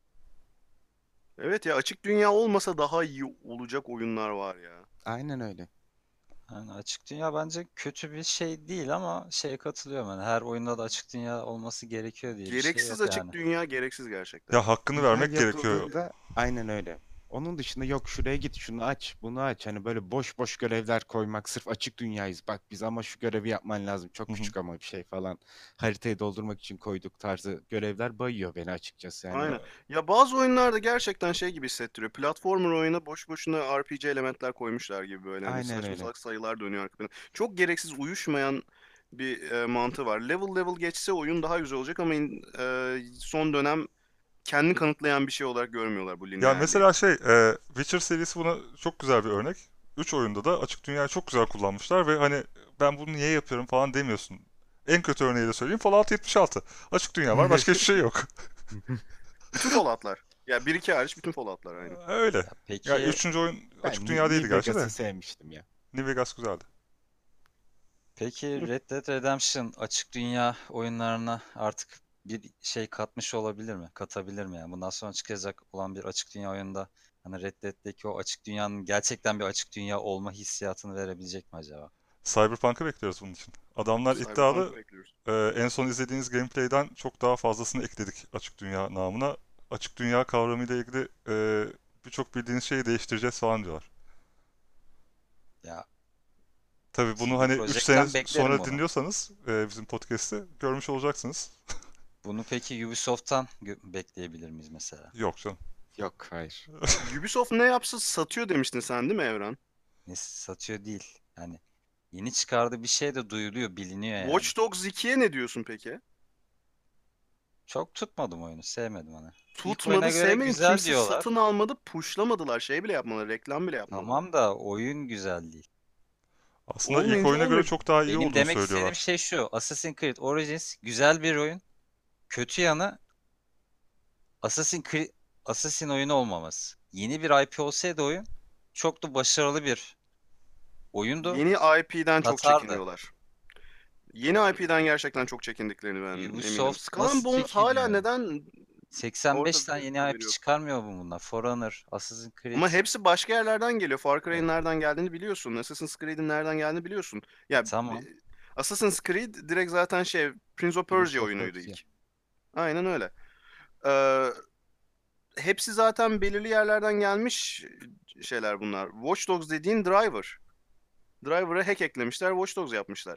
Speaker 1: Evet ya, açık dünya olmasa daha iyi olacak oyunlar var ya.
Speaker 4: aynen öyle.
Speaker 2: Yani açık dünya bence kötü bir şey değil ama şeye katılıyorum. Yani her oyunda da açık dünya olması gerekiyor diye bir şey
Speaker 1: Gereksiz
Speaker 2: yok yani.
Speaker 1: açık dünya, gereksiz gerçekten.
Speaker 3: Ya hakkını
Speaker 4: Güzel
Speaker 3: vermek gerekiyor.
Speaker 4: yapıldığında aynen öyle. Onun dışında yok şuraya git, şunu aç, bunu aç. Hani böyle boş boş görevler koymak, sırf açık dünyayız. Bak biz ama şu görevi yapman lazım. Çok
Speaker 3: Hı hı.
Speaker 4: küçük ama bir şey falan. Haritayı doldurmak için koyduk tarzı görevler bayıyor beni açıkçası. Yani
Speaker 1: Aynen. Ya bazı oyunlarda gerçekten şey gibi hissettiriyor. Platformer oyuna boş boşuna R P G elementler koymuşlar gibi, böyle hani
Speaker 4: aynen
Speaker 1: saçma
Speaker 4: öyle.
Speaker 1: salak sayılar dönüyor arka planda. Çok gereksiz, uyuşmayan bir e, mantığı var. Level level geçse oyun daha güzel olacak ama in- e, son dönem kendini kanıtlayan bir şey olarak görmüyorlar bu
Speaker 3: Ya
Speaker 1: lineerliği.
Speaker 3: mesela şey, e, Witcher serisi buna çok güzel bir örnek. Üç oyunda da açık dünyayı çok güzel kullanmışlar ve hani ben bunu niye yapıyorum falan demiyorsun. En kötü örneği de söyleyeyim. Fallout yetmiş altı. Açık dünya var, başka hiçbir şey yok.
Speaker 1: Bütün Fallout'lar. Ya bir iki hariç bütün Fallout'lar aynı.
Speaker 3: Öyle.
Speaker 2: Ya
Speaker 3: Ya
Speaker 2: peki
Speaker 3: üçüncü oyun açık
Speaker 4: Ben
Speaker 3: dünya
Speaker 4: New
Speaker 3: değildi gerçi
Speaker 4: Vegas'ı
Speaker 3: de.
Speaker 4: sevmiştim ya.
Speaker 3: New Vegas güzeldi.
Speaker 2: peki Red Dead Redemption açık dünya oyunlarına artık bir şey katmış olabilir mi? Katabilir mi yani? Bundan sonra çıkacak olan bir açık dünya oyunda hani Red Dead'deki o açık dünyanın gerçekten bir açık dünya olma hissiyatını verebilecek mi acaba?
Speaker 3: Cyberpunk'ı bekliyoruz bunun için. Adamlar
Speaker 1: Cyberpunk'ı
Speaker 3: iddialı,
Speaker 1: bekliyoruz.
Speaker 3: e, en son izlediğiniz gameplay'den çok daha fazlasını ekledik açık dünya namına. Açık dünya kavramıyla ilgili e, birçok bildiğiniz şeyi değiştireceğiz falan diyorlar.
Speaker 2: Ya
Speaker 3: Tabii bunu
Speaker 2: C D
Speaker 3: hani üç sene
Speaker 2: Projekt'ten beklerim
Speaker 3: sonra
Speaker 2: bunu.
Speaker 3: dinliyorsanız e, bizim podcast'i görmüş olacaksınız.
Speaker 2: Bunu peki Ubisoft'tan gö- bekleyebilir miyiz mesela?
Speaker 3: Yok canım.
Speaker 4: Yok, hayır.
Speaker 1: Ubisoft ne yapsa satıyor demiştin sen değil mi Evren?
Speaker 2: Ne satıyor değil. Yani yeni çıkardığı bir şey de duyuluyor, biliniyor yani.
Speaker 1: Watch Dogs ikiye ne diyorsun peki?
Speaker 2: Çok tutmadım oyunu, sevmedim hani. İlk oyuna
Speaker 1: Tutmadı,
Speaker 2: göre
Speaker 1: sevmedin.
Speaker 2: güzel
Speaker 1: Kimse
Speaker 2: diyorlar.
Speaker 1: satın almadı, pushlamadılar. Şey bile yapmadılar, reklam bile yapmadılar.
Speaker 2: Tamam da oyun güzel değil.
Speaker 3: Aslında ilk
Speaker 1: Olmayınca
Speaker 3: oyuna göre
Speaker 1: olmuyor.
Speaker 3: çok daha iyi
Speaker 2: Benim
Speaker 3: olduğunu
Speaker 2: demek istediğim
Speaker 3: söylüyorlar.
Speaker 2: şey şu. Assassin's Creed Origins güzel bir oyun. Kötü yanı Assassin's Creed Assassin oyunu olmaması. Yeni bir I P olsaydı oyun çok da başarılı bir oyundu.
Speaker 1: Yeni I P'den çok
Speaker 2: Satardı.
Speaker 1: çekiniyorlar. Yeni I P'den gerçekten çok çekindiklerini ben eminim.
Speaker 2: Ubisoft
Speaker 1: Skull and
Speaker 2: nasıl
Speaker 1: Bones hala
Speaker 2: çekiniyor?
Speaker 1: neden
Speaker 2: seksen beş tane
Speaker 1: ortada
Speaker 2: yeni I P
Speaker 1: haberi yok?
Speaker 2: çıkarmıyor mu bunlar? For Honor, Assassin's Creed.
Speaker 1: Ama hepsi başka yerlerden geliyor. Far
Speaker 2: E,
Speaker 1: Cry'in nereden geldiğini biliyorsun. Assassin's Creed'in nereden geldiğini biliyorsun. Ya e,
Speaker 2: tamam.
Speaker 1: Assassin's Creed direkt zaten şey, Prince of
Speaker 4: Prince
Speaker 1: Persia
Speaker 4: of
Speaker 1: oyunuydu
Speaker 4: Persia.
Speaker 1: ilk. Aynen öyle. Ee, hepsi zaten belirli yerlerden gelmiş şeyler bunlar. Watch Dogs dediğin Driver. Driver'a hack eklemişler, Watch Dogs yapmışlar.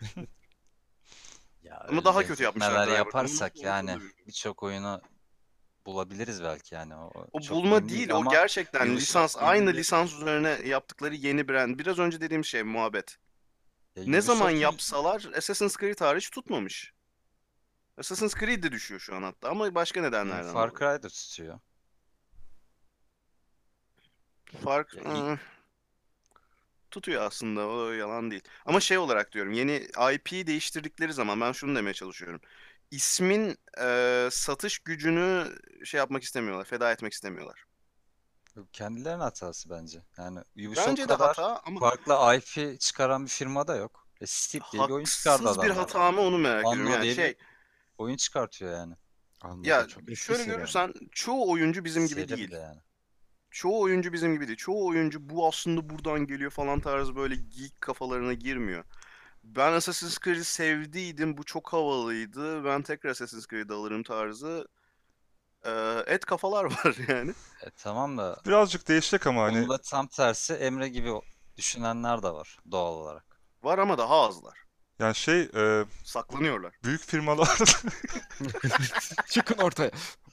Speaker 2: Ya
Speaker 1: Ama
Speaker 2: öyle
Speaker 1: daha kötü yapmışlar
Speaker 2: benzetmeler
Speaker 1: Driver'dan. Onu
Speaker 2: yaparsak
Speaker 1: onu
Speaker 2: yani
Speaker 1: söylüyorum.
Speaker 2: birçok oyunu bulabiliriz belki yani. O
Speaker 1: O
Speaker 2: çok
Speaker 1: bulma
Speaker 2: emin
Speaker 1: değil,
Speaker 2: değiliz
Speaker 1: o
Speaker 2: ama
Speaker 1: gerçekten
Speaker 2: Ubisoft
Speaker 1: lisans, aynı
Speaker 2: elinde
Speaker 1: lisans üzerine yaptıkları yeni brand. Biraz önce dediğim şey muhabbet.
Speaker 2: ya
Speaker 1: Ne zaman
Speaker 2: Ubisoft'un
Speaker 1: yapsalar Assassin's Creed hariç tutmamış. Assassin's Creed de düşüyor şu an hatta ama başka
Speaker 2: Benim
Speaker 1: nedenlerden
Speaker 2: Far
Speaker 1: dolayı.
Speaker 2: Cry da tutuyor.
Speaker 1: Fark
Speaker 2: Ya ilk
Speaker 1: ıı, tutuyor aslında, o yalan değil. Ama şey olarak diyorum, yeni I P'yi değiştirdikleri zaman ben şunu demeye çalışıyorum. İsmin eee, satış gücünü şey yapmak istemiyorlar, feda etmek istemiyorlar.
Speaker 2: kendilerinin hatası bence. Yani Ubisoft
Speaker 1: Bence de
Speaker 2: kadar
Speaker 1: hata ama
Speaker 2: farklı I P çıkaran bir firma da yok. E, Steep diye bir oyun çıkardı
Speaker 1: haksız bir
Speaker 2: adamlar.
Speaker 1: hata mı onu merak ediyorum.
Speaker 2: Anno
Speaker 1: Yani
Speaker 2: diye bir
Speaker 1: şey,
Speaker 2: oyun çıkartıyor yani.
Speaker 4: Anla da
Speaker 1: ya
Speaker 4: çok eski
Speaker 1: şöyle
Speaker 4: seri ama.
Speaker 1: görürsen çoğu oyuncu bizim gibi
Speaker 2: Seri bir
Speaker 1: değil.
Speaker 2: de yani.
Speaker 1: Çoğu oyuncu bizim gibi değil. Çoğu oyuncu bu aslında buradan geliyor falan tarzı böyle geek kafalarına girmiyor. Ben Assassin's Creed'i sevdiydim. Bu çok havalıydı. Ben tekrar Assassin's Creed alırım tarzı. Ee, et kafalar var yani.
Speaker 2: E tamam da
Speaker 3: Birazcık değişecek ama hani
Speaker 2: onun da tam tersi Emre gibi o- düşünenler de var doğal olarak.
Speaker 1: Var ama daha azlar.
Speaker 3: yani şey e,
Speaker 1: Saklanıyorlar.
Speaker 3: büyük firmalar
Speaker 4: Çıkın ortaya.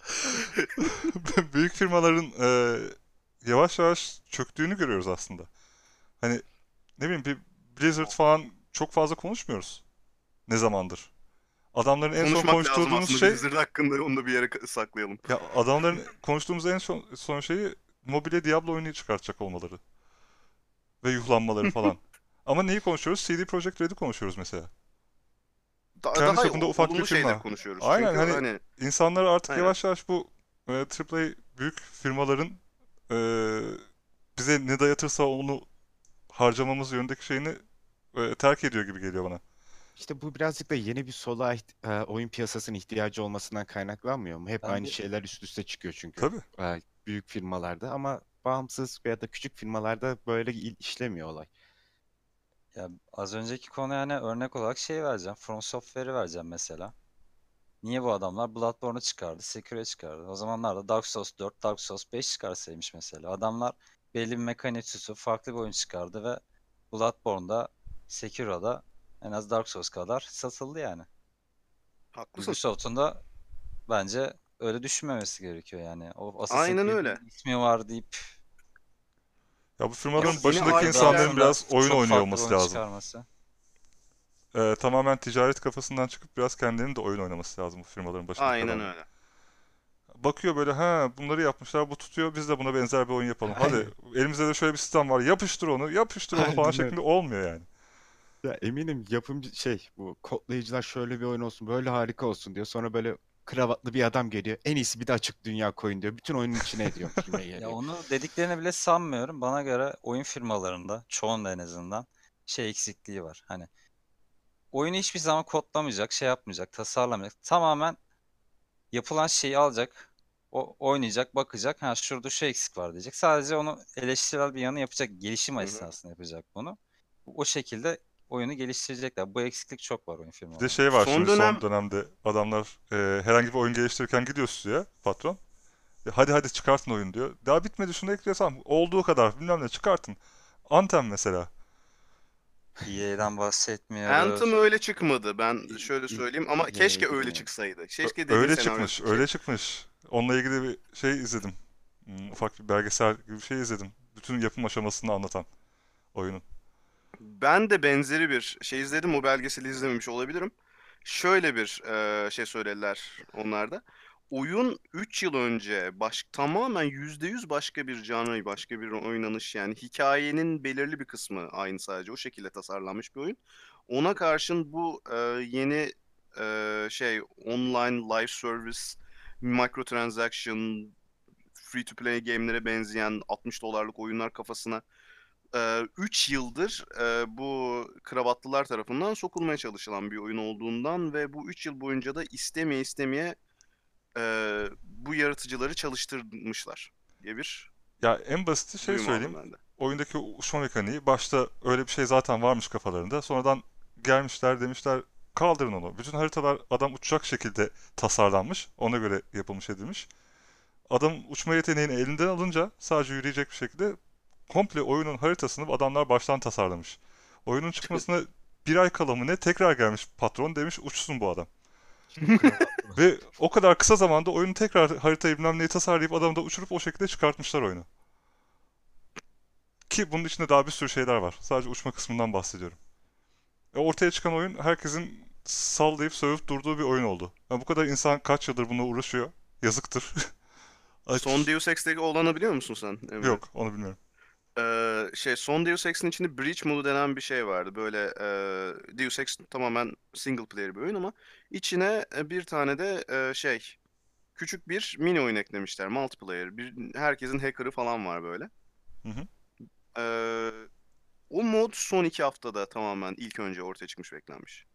Speaker 3: büyük firmaların e, yavaş yavaş çöktüğünü görüyoruz aslında. Hani ne bileyim bir Blizzard falan çok fazla konuşmuyoruz. Ne zamandır? Adamların en son
Speaker 1: Konuşmak lazım
Speaker 3: konuştuğumuz
Speaker 1: aslında
Speaker 3: şey
Speaker 1: Blizzard hakkında. Onu da bir yere ka- saklayalım.
Speaker 3: ya adamların konuştuğumuz en son, son şeyi mobile Diablo oyunu çıkartacak olmaları ve yuhlanmaları falan. Ama neyi konuşuyoruz? C D Projekt Red'i konuşuyoruz mesela.
Speaker 1: Da-
Speaker 3: Kendi
Speaker 1: daha
Speaker 3: çapında ufak bir
Speaker 1: olumlu şeyler
Speaker 3: firma.
Speaker 1: konuşuyoruz.
Speaker 3: Aynen
Speaker 1: Çünkü
Speaker 3: hani
Speaker 1: hani
Speaker 3: insanlar artık
Speaker 1: aynen.
Speaker 3: yavaş yavaş bu e, A A A büyük firmaların e, bize ne dayatırsa onu harcamamız yönündeki şeyini e, terk ediyor gibi geliyor bana.
Speaker 4: İşte bu birazcık da yeni bir soluğa iht- e, oyun piyasasının ihtiyacı olmasından kaynaklanmıyor mu? Hep
Speaker 2: Ben
Speaker 4: aynı
Speaker 2: bir
Speaker 4: şeyler üst üste çıkıyor çünkü
Speaker 3: Tabii.
Speaker 4: e, büyük firmalarda ama bağımsız veya da küçük firmalarda böyle il- işlemiyor olay.
Speaker 2: ya az önceki konu yani örnek olarak şey vereceğim. From Software'i vereceğim mesela. Niye bu adamlar Bloodborne'u çıkardı, Sekiro'yu çıkardı? O zamanlarda Dark Souls dört, Dark Souls beş çıkarsaymış mesela. Adamlar belli bir mekanik tutup farklı bir oyun çıkardı ve Bloodborne'da, Sekiro'da en az Dark Souls kadar satıldı yani.
Speaker 1: Haklısın.
Speaker 2: Ubisoft'un da bence öyle düşünmemesi gerekiyor yani. O Assassin's
Speaker 1: Aynen öyle.
Speaker 2: Creed'in ismi var deyip
Speaker 3: Ya bu firmaların
Speaker 1: Yok, yeni
Speaker 3: başındaki
Speaker 1: I P'ler
Speaker 3: insanların
Speaker 2: iddiasında
Speaker 3: biraz oyun
Speaker 2: çok
Speaker 3: oynuyor
Speaker 2: farklı bir
Speaker 3: olması
Speaker 2: oyun
Speaker 3: lazım.
Speaker 2: çıkarması.
Speaker 3: E, tamamen ticaret kafasından çıkıp biraz kendilerinin de oyun oynaması lazım bu firmaların başındaki
Speaker 1: Aynen
Speaker 3: adamlar.
Speaker 1: öyle.
Speaker 3: Bakıyor böyle ha bunları yapmışlar bu tutuyor biz de buna benzer bir oyun yapalım. Hadi
Speaker 4: Aynen.
Speaker 3: elimizde de şöyle bir sistem var yapıştır onu yapıştır onu falan
Speaker 4: Aynen
Speaker 3: şeklinde
Speaker 4: öyle.
Speaker 3: olmuyor yani.
Speaker 4: Ya eminim yapımcı şey bu kodlayıcılar şöyle bir oyun olsun böyle harika olsun diyor. Sonra böyle kravatlı bir adam geliyor. En iyisi bir de açık dünya koyun diyor. Bütün oyunun içine ediyor filme
Speaker 2: Ya
Speaker 4: geliyor.
Speaker 2: onu dediklerini bile sanmıyorum. Bana göre oyun firmalarında, çoğunda en azından şey eksikliği var. Hani oyunu hiçbir zaman kodlamayacak, şey yapmayacak, tasarlamayacak. Tamamen yapılan şeyi alacak, o oynayacak, bakacak. Ha şurada şu eksik var diyecek. Sadece onu eleştirel bir yanı yapacak, gelişim
Speaker 1: Hı hı.
Speaker 2: esnasında yapacak bunu. O şekilde oyunu geliştirecekler. Bu eksiklik çok var oyun
Speaker 3: Bir de
Speaker 2: firmalarında.
Speaker 3: şey var
Speaker 1: Son
Speaker 3: şimdi son
Speaker 1: dönem
Speaker 3: dönemde adamlar e, herhangi bir oyun geliştirirken gidiyor stüdyoya patron. E, hadi hadi çıkartın oyun diyor. Daha bitmedi şunu ekliyorsam olduğu kadar bilmem ne çıkartın. Anthem mesela.
Speaker 2: E A'den
Speaker 1: Anthem
Speaker 2: bahsetmiyoruz.
Speaker 1: öyle çıkmadı. Ben
Speaker 4: İ-
Speaker 1: şöyle
Speaker 4: İlk
Speaker 1: söyleyeyim ama
Speaker 4: Y'ye
Speaker 1: keşke öyle
Speaker 4: gitmiyor.
Speaker 1: çıksaydı.
Speaker 3: Ö-
Speaker 1: Keşke dediğin
Speaker 3: öyle
Speaker 1: senaryo
Speaker 3: çıkmış
Speaker 1: ki
Speaker 3: öyle çıkmış. Onunla ilgili bir şey izledim. Hmm, ufak bir belgesel gibi bir şey izledim. Bütün yapım aşamasını anlatan oyunun.
Speaker 1: ben de benzeri bir şey izledim. O belgeseli izlememiş olabilirim. Şöyle bir e, şey söylediler onlarda. Oyun üç yıl önce baş, tamamen yüzde yüz başka bir canlı, başka bir oynanış yani hikayenin belirli bir kısmı aynı sadece o şekilde tasarlanmış bir oyun. Ona karşın bu e, yeni e, şey online live service, microtransaction, free to play game'lere benzeyen altmış dolarlık oyunlar kafasına üç yıldır e, bu kravatlılar tarafından sokulmaya çalışılan bir oyun olduğundan ve bu üç yıl boyunca da istemeye istemeye e, bu yaratıcıları çalıştırmışlar diye bir
Speaker 3: Ya en basiti şey
Speaker 1: duyum aldım
Speaker 3: söyleyeyim.
Speaker 1: ben de.
Speaker 3: Oyundaki uçma mekaniği başta öyle bir şey zaten varmış kafalarında. Sonradan gelmişler demişler kaldırın onu. Bütün haritalar adam uçacak şekilde tasarlanmış. Ona göre yapılmış edilmiş. Adam uçma yeteneğini elinden alınca sadece yürüyecek bir şekilde komple oyunun haritasını adamlar baştan tasarlamış. Oyunun çıkmasına bir ay kala mı ne tekrar gelmiş patron demiş uçsun bu adam.
Speaker 4: Çok kravatlı.
Speaker 3: Ve o kadar kısa zamanda oyunu tekrar haritayı bilmem neyi tasarlayıp adamı da uçurup o şekilde çıkartmışlar oyunu. Ki bunun içinde daha bir sürü şeyler var. Sadece uçma kısmından bahsediyorum. E ortaya çıkan oyun herkesin sallayıp sövüp durduğu bir oyun oldu. Ya bu kadar insan kaç yıldır bununla uğraşıyor. Yazıktır.
Speaker 1: Son
Speaker 3: Aç.
Speaker 1: Deus Ex'teki olanı biliyor musun sen Emre?
Speaker 3: Yok, onu bilmiyorum.
Speaker 1: Ee, şey son Deus Ex'in içinde Breach modu denen bir şey vardı. Böyle e, Deus Ex tamamen single player bir oyun ama içine e, bir tane de e, şey küçük bir mini oyun eklemişler. Multiplayer. Bir, herkesin hacker'ı falan var böyle.
Speaker 3: Hı hı.
Speaker 1: Ee, o mod son iki haftada tamamen ilk önce ortaya çıkmış ve eklenmiş.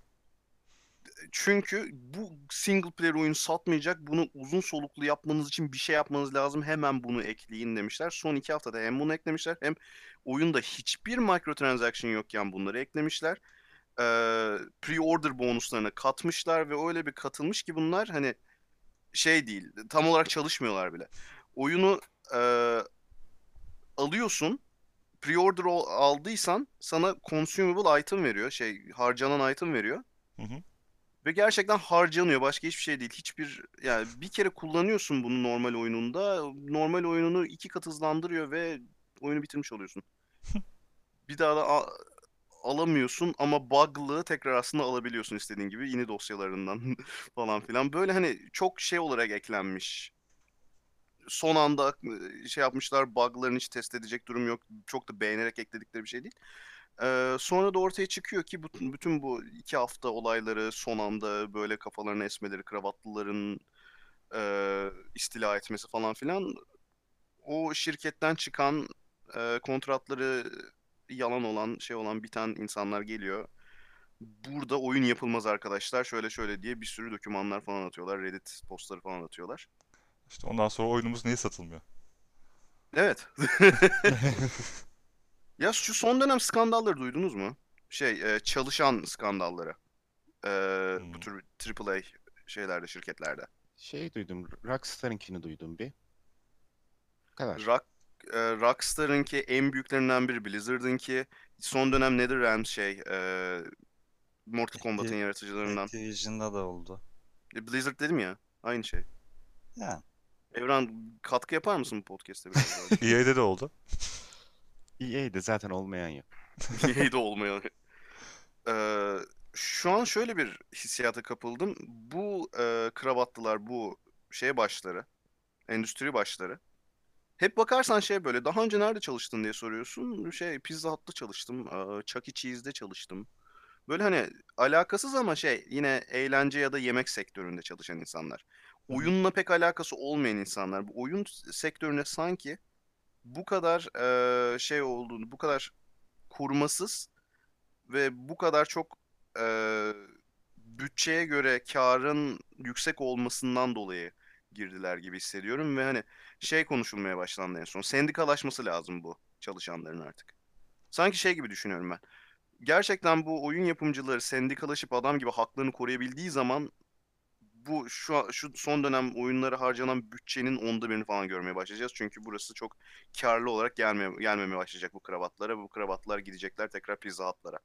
Speaker 1: Çünkü bu single player oyun satmayacak. Bunu uzun soluklu yapmanız için bir şey yapmanız lazım. Hemen bunu ekleyin demişler. Son iki haftada hem bunu eklemişler hem oyunda hiçbir microtransaction yokken bunları eklemişler. Ee, pre-order bonuslarına katmışlar ve öyle bir katılmış ki bunlar hani şey değil. Tam olarak çalışmıyorlar bile. Oyunu e, alıyorsun. Pre-order ol- aldıysan sana consumable item veriyor. Şey harcanan item veriyor.
Speaker 3: Hı hı.
Speaker 1: Ve gerçekten harcanıyor. Başka hiçbir şey değil. Hiçbir yani bir kere kullanıyorsun bunu normal oyununda. Normal oyununu iki kat hızlandırıyor ve oyunu bitirmiş oluyorsun. Bir daha da a- alamıyorsun ama bug'lı tekrar aslında alabiliyorsun istediğin gibi yeni dosyalarından falan filan. Böyle hani çok şey olarak eklenmiş. Son anda e, şey yapmışlar, bug'larını hiç test edecek durum yok. Çok da beğenerek ekledikleri bir şey değil. Ee, sonra da ortaya çıkıyor ki bütün, bütün bu iki hafta olayları son anda böyle kafalarını esmeleri, kravatlıların e, istila etmesi falan filan o şirketten çıkan e, kontratları yalan olan şey olan biten insanlar geliyor. Burada oyun yapılmaz arkadaşlar şöyle şöyle diye bir sürü dokümanlar falan atıyorlar. Reddit postları falan atıyorlar.
Speaker 3: İşte ondan sonra oyunumuz niye satılmıyor?
Speaker 1: Evet. Ya şu son dönem skandalları duydunuz mu? Şey, e, çalışan skandalları. E, bu
Speaker 3: Hmm.
Speaker 1: tür triple A şeylerde, şirketlerde.
Speaker 4: Şey duydum. Rockstar'ınkini duydum bir. Bu kadar.
Speaker 1: Rock, e, Rockstar'ınki en büyüklerinden biri Blizzard'ınki. Son dönem NetherRealm şey, e, Mortal Kombat'ın
Speaker 2: Acti-
Speaker 1: yaratıcılarından.
Speaker 2: Activision'da da oldu.
Speaker 1: E, Blizzard dedim ya, aynı şey.
Speaker 2: Yani
Speaker 1: Evren katkı yapar mısın bu podcast'te biraz daha lütfen?
Speaker 3: E A'de de oldu.
Speaker 4: E A'de zaten olmayan yok.
Speaker 1: E A'de olmayan. Ee, şu an şöyle bir hissiyata kapıldım. Bu e, kravatlılar, bu şey başları, endüstri başları. Hep bakarsan şey böyle, daha önce nerede çalıştın diye soruyorsun. Şey, Pizza Hut'ta çalıştım, e, Chuck E. Cheese'de çalıştım. Böyle hani alakasız ama şey, yine eğlence ya da yemek sektöründe çalışan insanlar.
Speaker 3: Hı hı.
Speaker 1: Oyunla pek alakası olmayan insanlar. Bu oyun sektörüne sanki bu kadar e, şey olduğunu, bu kadar korumasız ve bu kadar çok eee, bütçeye göre karın yüksek olmasından dolayı girdiler gibi hissediyorum ve hani şey konuşulmaya başlandı en son. Sendikalaşması lazım bu çalışanların artık. Sanki şey gibi düşünüyorum ben. Gerçekten bu oyun yapımcıları sendikalaşıp adam gibi haklarını koruyabildiği zaman bu şu an- şu son dönem oyunlara harcanan bütçenin onda birini falan görmeye başlayacağız. Çünkü burası çok karlı olarak gelmeye, gelmemeye başlayacak bu kravatlara. Bu kravatlar gidecekler tekrar Pizza Hut'lara.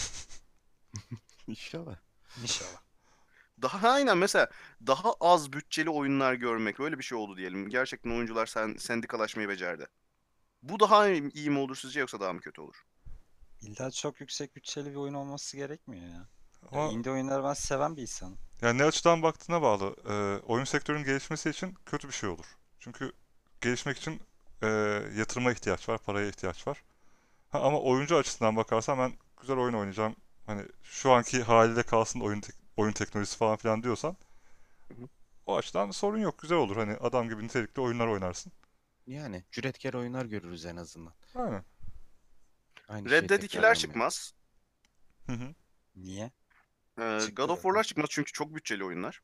Speaker 4: İnşallah.
Speaker 2: inşallah.
Speaker 1: Daha aynen mesela daha az bütçeli oyunlar görmek öyle bir şey oldu diyelim. Gerçekten oyuncular sen, sendikalaşmayı becerdi. Bu daha iyi iyi mi olur sizce yoksa daha mı kötü olur?
Speaker 2: İlla çok yüksek bütçeli bir oyun olması gerekmiyor ya. Ya
Speaker 3: Ama
Speaker 2: indie oyunları ben seven bir insanım.
Speaker 3: yani ne açıdan baktığına bağlı. Ee, oyun sektörünün gelişmesi için kötü bir şey olur. Çünkü gelişmek için e, yatırıma ihtiyaç var, paraya ihtiyaç var. Ha, ama oyuncu açısından bakarsan ben güzel oyun oynayacağım. Hani şu anki haliyle kalsın oyun tek- oyun teknolojisi falan filan diyorsan
Speaker 1: Hı hı.
Speaker 3: o açıdan sorun yok. Güzel olur. Hani adam gibi nitelikli oyunlar oynarsın.
Speaker 4: Yani cüretkar oyunlar görürüz en azından.
Speaker 3: Aynen.
Speaker 4: Aynı şey
Speaker 1: Red Dead ikiler
Speaker 4: tekrarlanmıyor.
Speaker 1: çıkmaz.
Speaker 3: Hı hı.
Speaker 2: Niye?
Speaker 1: Ee, God
Speaker 2: Çıktı
Speaker 1: of War'lar
Speaker 2: zaten.
Speaker 1: çıkmaz çünkü çok bütçeli oyunlar.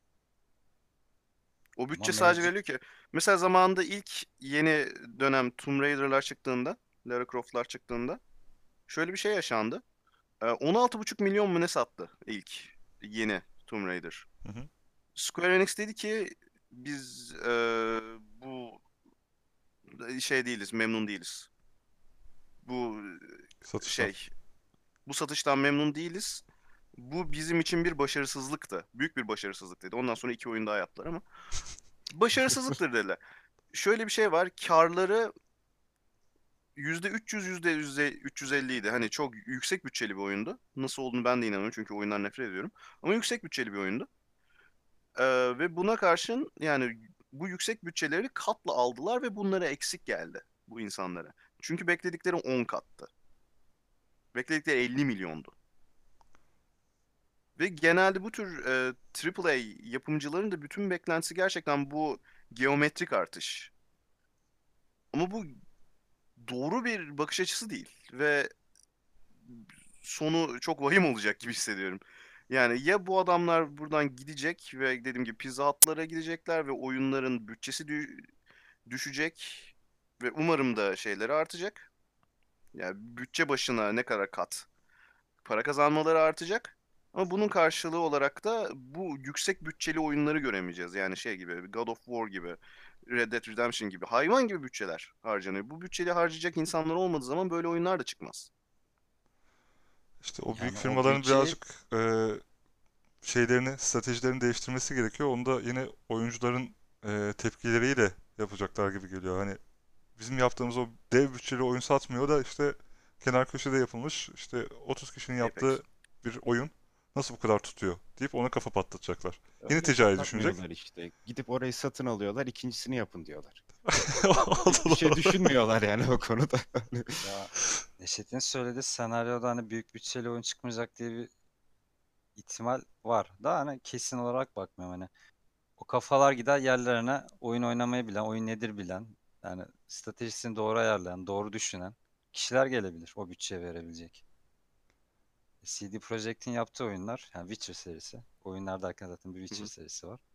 Speaker 1: O
Speaker 2: Ama
Speaker 1: bütçe sadece
Speaker 2: mevcut
Speaker 1: veriliyor ki. Mesela zamanında ilk yeni dönem Tomb Raider'lar çıktığında, Lara Croft'lar çıktığında şöyle bir şey yaşandı. Ee, on altı buçuk milyon mu ne sattı ilk yeni Tomb Raider.
Speaker 3: Hı hı.
Speaker 1: Square Enix dedi ki biz eee, bu şey değiliz, memnun değiliz. Bu
Speaker 3: Satıştan.
Speaker 1: şey, bu satıştan memnun değiliz. Bu bizim için bir başarısızlıktı. Büyük bir başarısızlık dedi. Ondan sonra iki oyun daha yaptılar ama başarısızlıktır dediler. Şöyle bir şey var. Karları yüzde üç yüz, yüzde üç yüz elli idi. Hani çok yüksek bütçeli bir oyundu. Nasıl olduğunu ben de inanamıyorum çünkü oyundan nefret ediyorum. Ama yüksek bütçeli bir oyundu. Ee, ve buna karşın yani bu yüksek bütçeleri katla aldılar ve bunlara eksik geldi bu insanlara. Çünkü bekledikleri on kattı. Bekledikleri elli milyondu. Ve genelde bu tür e, Triple A yapımcıların da bütün beklentisi gerçekten bu geometrik artış. Ama bu doğru bir bakış açısı değil ve sonu çok vahim olacak gibi hissediyorum. Yani ya bu adamlar buradan gidecek ve dediğim gibi Pizza Hut'lara gidecekler ve oyunların bütçesi dü- düşecek ve umarım da şeyleri artacak. Yani bütçe başına ne kadar kat para kazanmaları artacak. Ama bunun karşılığı olarak da bu yüksek bütçeli oyunları göremeyeceğiz. Yani şey gibi, God of War gibi, Red Dead Redemption gibi hayvan gibi bütçeler harcanıyor. Bu bütçeyi harcayacak insanlar olmadığı zaman böyle oyunlar da çıkmaz.
Speaker 3: İşte o büyük
Speaker 2: Yani o
Speaker 3: firmaların
Speaker 2: bütçeyi
Speaker 3: birazcık e, şeylerini, stratejilerini değiştirmesi gerekiyor. Onu da yine oyuncuların e, tepkileriyle yapacaklar gibi geliyor. Hani bizim yaptığımız o dev bütçeli oyun satmıyor da işte kenar köşede yapılmış işte otuz kişinin
Speaker 1: Apex.
Speaker 3: yaptığı bir oyun nasıl bu kadar tutuyor deyip ona kafa patlatacaklar. Yine
Speaker 4: Öyle
Speaker 3: ticari düşünecek.
Speaker 4: kapatmıyorlar işte. Gidip orayı satın alıyorlar, ikincisini yapın diyorlar.
Speaker 3: Allah
Speaker 4: Hiçbir şey
Speaker 3: Allah.
Speaker 4: düşünmüyorlar yani o konuda.
Speaker 2: ya Neşet'in söylediği senaryoda hani büyük bütçeli oyun çıkmayacak diye bir ihtimal var. Da hani kesin olarak bakmıyorum hani. O kafalar gider yerlerine oyun oynamayı bilen, oyun nedir bilen, yani stratejisini doğru ayarlayan, doğru düşünen kişiler gelebilir o bütçeye verebilecek. C D Projekt'in yaptığı oyunlar, yani Witcher serisi. Oyunlar derken zaten bir
Speaker 1: Hı
Speaker 2: Witcher
Speaker 1: hı.
Speaker 2: serisi var.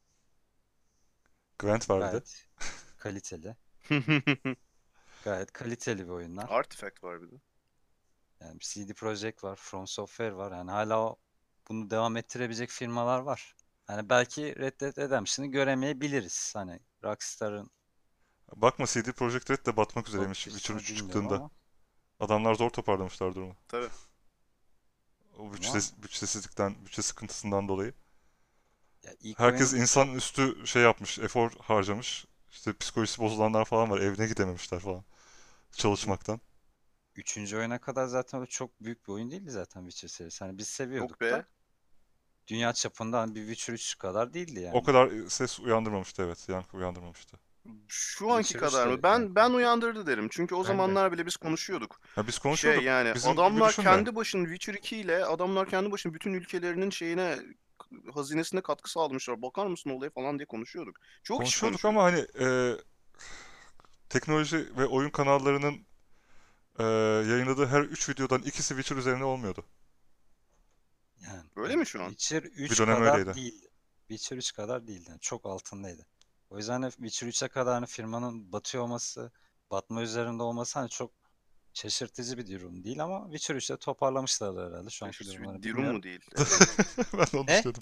Speaker 3: Gwent var bir de.
Speaker 2: Gayet kaliteli. Gayet kaliteli bir oyunlar.
Speaker 1: Artifact var bir de.
Speaker 2: Yani C D Projekt var, From Software var. Yani hala o, bunu devam ettirebilecek firmalar var. Hani belki Red Dead Redemption'ı göremeyebiliriz. Hani Rockstar'ın
Speaker 3: Bakma C D Projekt Red de batmak üzereymiş
Speaker 2: bakış
Speaker 3: Witcher
Speaker 2: açısını
Speaker 3: üç
Speaker 2: bilmiyorum
Speaker 3: çıktığında.
Speaker 2: ama
Speaker 3: Adamlar zor toparlamışlar durumu.
Speaker 1: Tabii.
Speaker 3: O bütçe,
Speaker 2: ama
Speaker 3: bütçesizlikten, bütçe sıkıntısından dolayı.
Speaker 2: ya ilk
Speaker 3: Herkes
Speaker 2: oyun
Speaker 3: insan üstü şey yapmış, efor harcamış. İşte psikolojisi bozulanlar falan var. Evine gidememişler falan çalışmaktan.
Speaker 2: üçüncü oyuna kadar zaten o çok büyük bir oyun değildi zaten Witcher serisi. Hani biz
Speaker 1: Yok
Speaker 2: seviyorduk
Speaker 1: be.
Speaker 2: da dünya çapında hani bir Witcher üç kadar değildi
Speaker 3: O
Speaker 2: yani.
Speaker 3: kadar ses uyandırmamıştı, evet. Yankı uyandırmamıştı.
Speaker 1: Şu anki
Speaker 2: Witcher üç
Speaker 1: kadar
Speaker 2: de
Speaker 1: mı? Ben ben
Speaker 2: yankı.
Speaker 1: uyandırdı derim. Çünkü o
Speaker 4: Ben de.
Speaker 1: zamanlar bile biz konuşuyorduk.
Speaker 3: Ya biz
Speaker 1: Şey
Speaker 3: konuşuyorduk.
Speaker 1: yani
Speaker 3: Bizim gibi
Speaker 1: adamlar
Speaker 3: düşünme.
Speaker 1: kendi başına Witcher iki ile adamlar kendi başına bütün ülkelerinin şeyine hazinesine katkı sağlamışlar. Bakar mısın olaya falan diye konuşuyorduk. Çok kişi
Speaker 3: Konuşuyorduk
Speaker 1: konuşuyordu.
Speaker 3: ama hani e, teknoloji ve oyun kanallarının e, yayınladığı her üç videodan ikisi Witcher üzerine olmuyordu.
Speaker 2: Yani
Speaker 1: Öyle
Speaker 2: ya
Speaker 1: mi şu an?
Speaker 2: Witcher
Speaker 3: Bir
Speaker 2: üç
Speaker 3: dönem
Speaker 2: kadar
Speaker 3: öyleydi.
Speaker 2: değildi. Witcher üç kadar değildi. Yani çok altındaydı. O yüzden de Witcher üçe kadar hani firmanın batıyor olması, batma üzerinde olması hani çok şaşırtıcı bir durum değil ama Witcher üçte toparlamışlar herhalde. Şu anki
Speaker 1: Şaşırtıcı bir
Speaker 2: durumları
Speaker 1: durum
Speaker 2: bilmiyorum.
Speaker 1: mu değil Evren?
Speaker 3: Ben de onu
Speaker 2: Ne?
Speaker 3: düşünüyordum.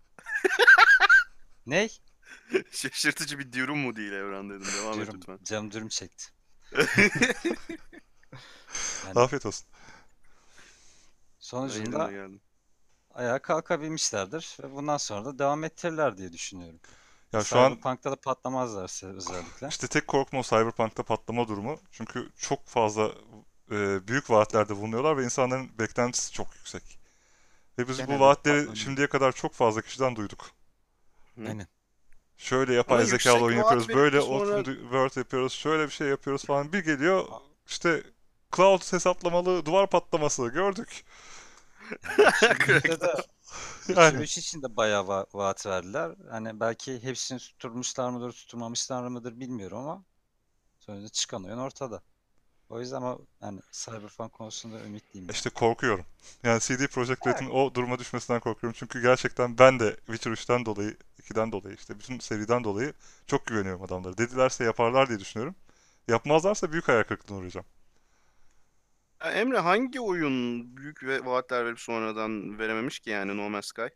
Speaker 2: Ne?
Speaker 1: Şaşırtıcı bir durum mu değil Evren dedim. Devam et
Speaker 2: Dürüm.
Speaker 1: lütfen.
Speaker 2: Canım dürüm çekti. Yani
Speaker 3: Afiyet olsun.
Speaker 1: Ben yerine
Speaker 2: sonucunda
Speaker 1: geldim.
Speaker 2: ayağa kalkabilmişlerdir ve bundan sonra da devam ettirirler diye düşünüyorum.
Speaker 3: Ya şu an
Speaker 2: Cyberpunk'ta da patlamazlarsa özellikle.
Speaker 3: işte tek korkma o Cyberpunk'ta patlama durumu. Çünkü çok fazla e, büyük vaatlerde bulunuyorlar ve insanların beklentisi çok yüksek. Ve biz bu
Speaker 4: Genelde
Speaker 3: vaatleri
Speaker 4: patlamıyor.
Speaker 3: şimdiye kadar çok fazla kişiden duyduk.
Speaker 1: Hı.
Speaker 4: Aynen.
Speaker 3: Şöyle
Speaker 1: Ama
Speaker 3: yapay zekalı
Speaker 1: yüksek
Speaker 3: oyun
Speaker 1: vaat
Speaker 3: yapıyoruz,
Speaker 1: verip
Speaker 3: böyle
Speaker 1: de
Speaker 3: open
Speaker 1: sonra
Speaker 3: world yapıyoruz, şöyle bir şey yapıyoruz falan. Bir geliyor işte cloud hesaplamalı duvar patlaması gördük.
Speaker 2: Yani Witcher üçte de Witcher
Speaker 3: Yani
Speaker 2: üç için de bayağı va- vaat verdiler. Hani belki hepsini tutturmuşlar mıdır, tutturmamışlar mıdır bilmiyorum ama sonuçta çıkan oyun ortada. O yüzden ama hani Cyberpunk konusunda ümitliyim yani.
Speaker 3: işte korkuyorum. Yani C D Projekt Red'in o duruma düşmesinden korkuyorum. Çünkü gerçekten ben de Witcher üçten dolayı, ikiden dolayı, işte bütün seriden dolayı çok güveniyorum adamlara. Dedilerse yaparlar diye düşünüyorum. Yapmazlarsa büyük hayal kırıklığına uğrayacağım.
Speaker 1: Ya Emre hangi oyun büyük ve vaatler verip sonradan verememiş ki yani No Man's Sky?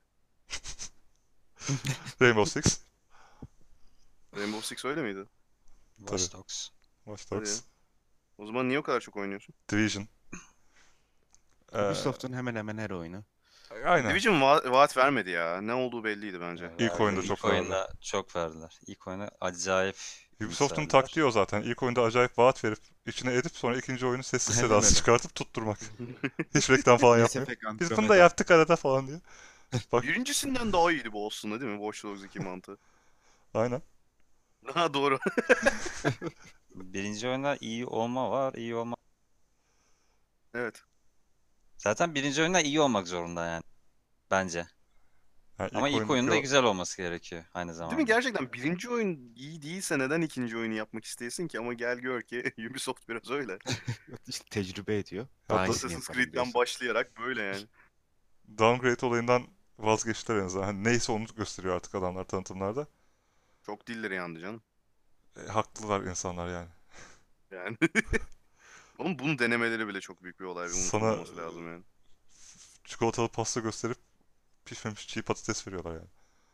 Speaker 3: Rainbow Six,
Speaker 1: Rainbow Six öyle miydi?
Speaker 3: tabii.
Speaker 2: Watch Dogs.
Speaker 3: Watch
Speaker 1: Hadi ya.
Speaker 3: Dogs,
Speaker 1: O zaman niye o kadar çok oynuyorsun?
Speaker 3: Division. Ee,
Speaker 4: Ubisoft'un hemen hemen her oyunu.
Speaker 3: aynen.
Speaker 1: Division va- vaat vermedi ya. Ne olduğu belliydi bence.
Speaker 2: Ya
Speaker 3: İlk
Speaker 2: verdi.
Speaker 3: oyunda
Speaker 2: İlk
Speaker 3: çok verdiler.
Speaker 2: oyunda çok verdiler. İlk oyunda acayip
Speaker 3: Ubisoft'un
Speaker 2: Misal var.
Speaker 3: taktiği o zaten. İlk oyunda acayip vaat verip içine edip sonra ikinci oyunu sessiz
Speaker 4: Aynen
Speaker 3: sedasız
Speaker 4: öyle.
Speaker 3: çıkartıp tutturmak. Hiç reklam falan
Speaker 4: Mass
Speaker 3: yapmıyor.
Speaker 4: Effect
Speaker 3: Biz bunu da
Speaker 4: Andromeda.
Speaker 3: yaptık arada falan diye. Bak
Speaker 1: Birincisinden daha iyiydi bu aslında değil mi? Watch Dogs iki mantığı.
Speaker 3: aynen.
Speaker 1: Ha doğru.
Speaker 2: Birinci oyunda iyi olma var, iyi olma.
Speaker 1: Evet.
Speaker 2: Zaten birinci oyunda iyi olmak zorunda yani. Bence.
Speaker 3: Yani
Speaker 2: Ama
Speaker 3: ilk
Speaker 2: ilk
Speaker 3: oyundaki
Speaker 2: oyunda
Speaker 3: o
Speaker 2: güzel olması gerekiyor aynı
Speaker 1: Değil mi?
Speaker 2: zamanda.
Speaker 1: Gerçekten birinci oyun iyi değilse neden ikinci oyunu yapmak isteyesin ki? Ama gel gör ki Ubisoft biraz öyle.
Speaker 4: İşte tecrübe ediyor.
Speaker 3: ya
Speaker 4: Daha
Speaker 3: da-
Speaker 4: iyisini
Speaker 1: Assassin's
Speaker 4: yaparım
Speaker 1: Creed'den
Speaker 4: diyorsun.
Speaker 1: başlayarak böyle yani.
Speaker 3: downgrade olayından vazgeçtiler en azından. Hani neyse onu gösteriyor artık adamlar tanıtımlarda.
Speaker 1: Çok dilleri yandı canım.
Speaker 3: E, haklılar insanlar yani.
Speaker 1: Yani. Oğlum bunu denemeleri bile çok büyük bir olay ve
Speaker 3: Sana
Speaker 1: unutulmaması lazım yani.
Speaker 3: çikolatalı pasta gösterip pişmemiş çiğ patates veriyorlar yani.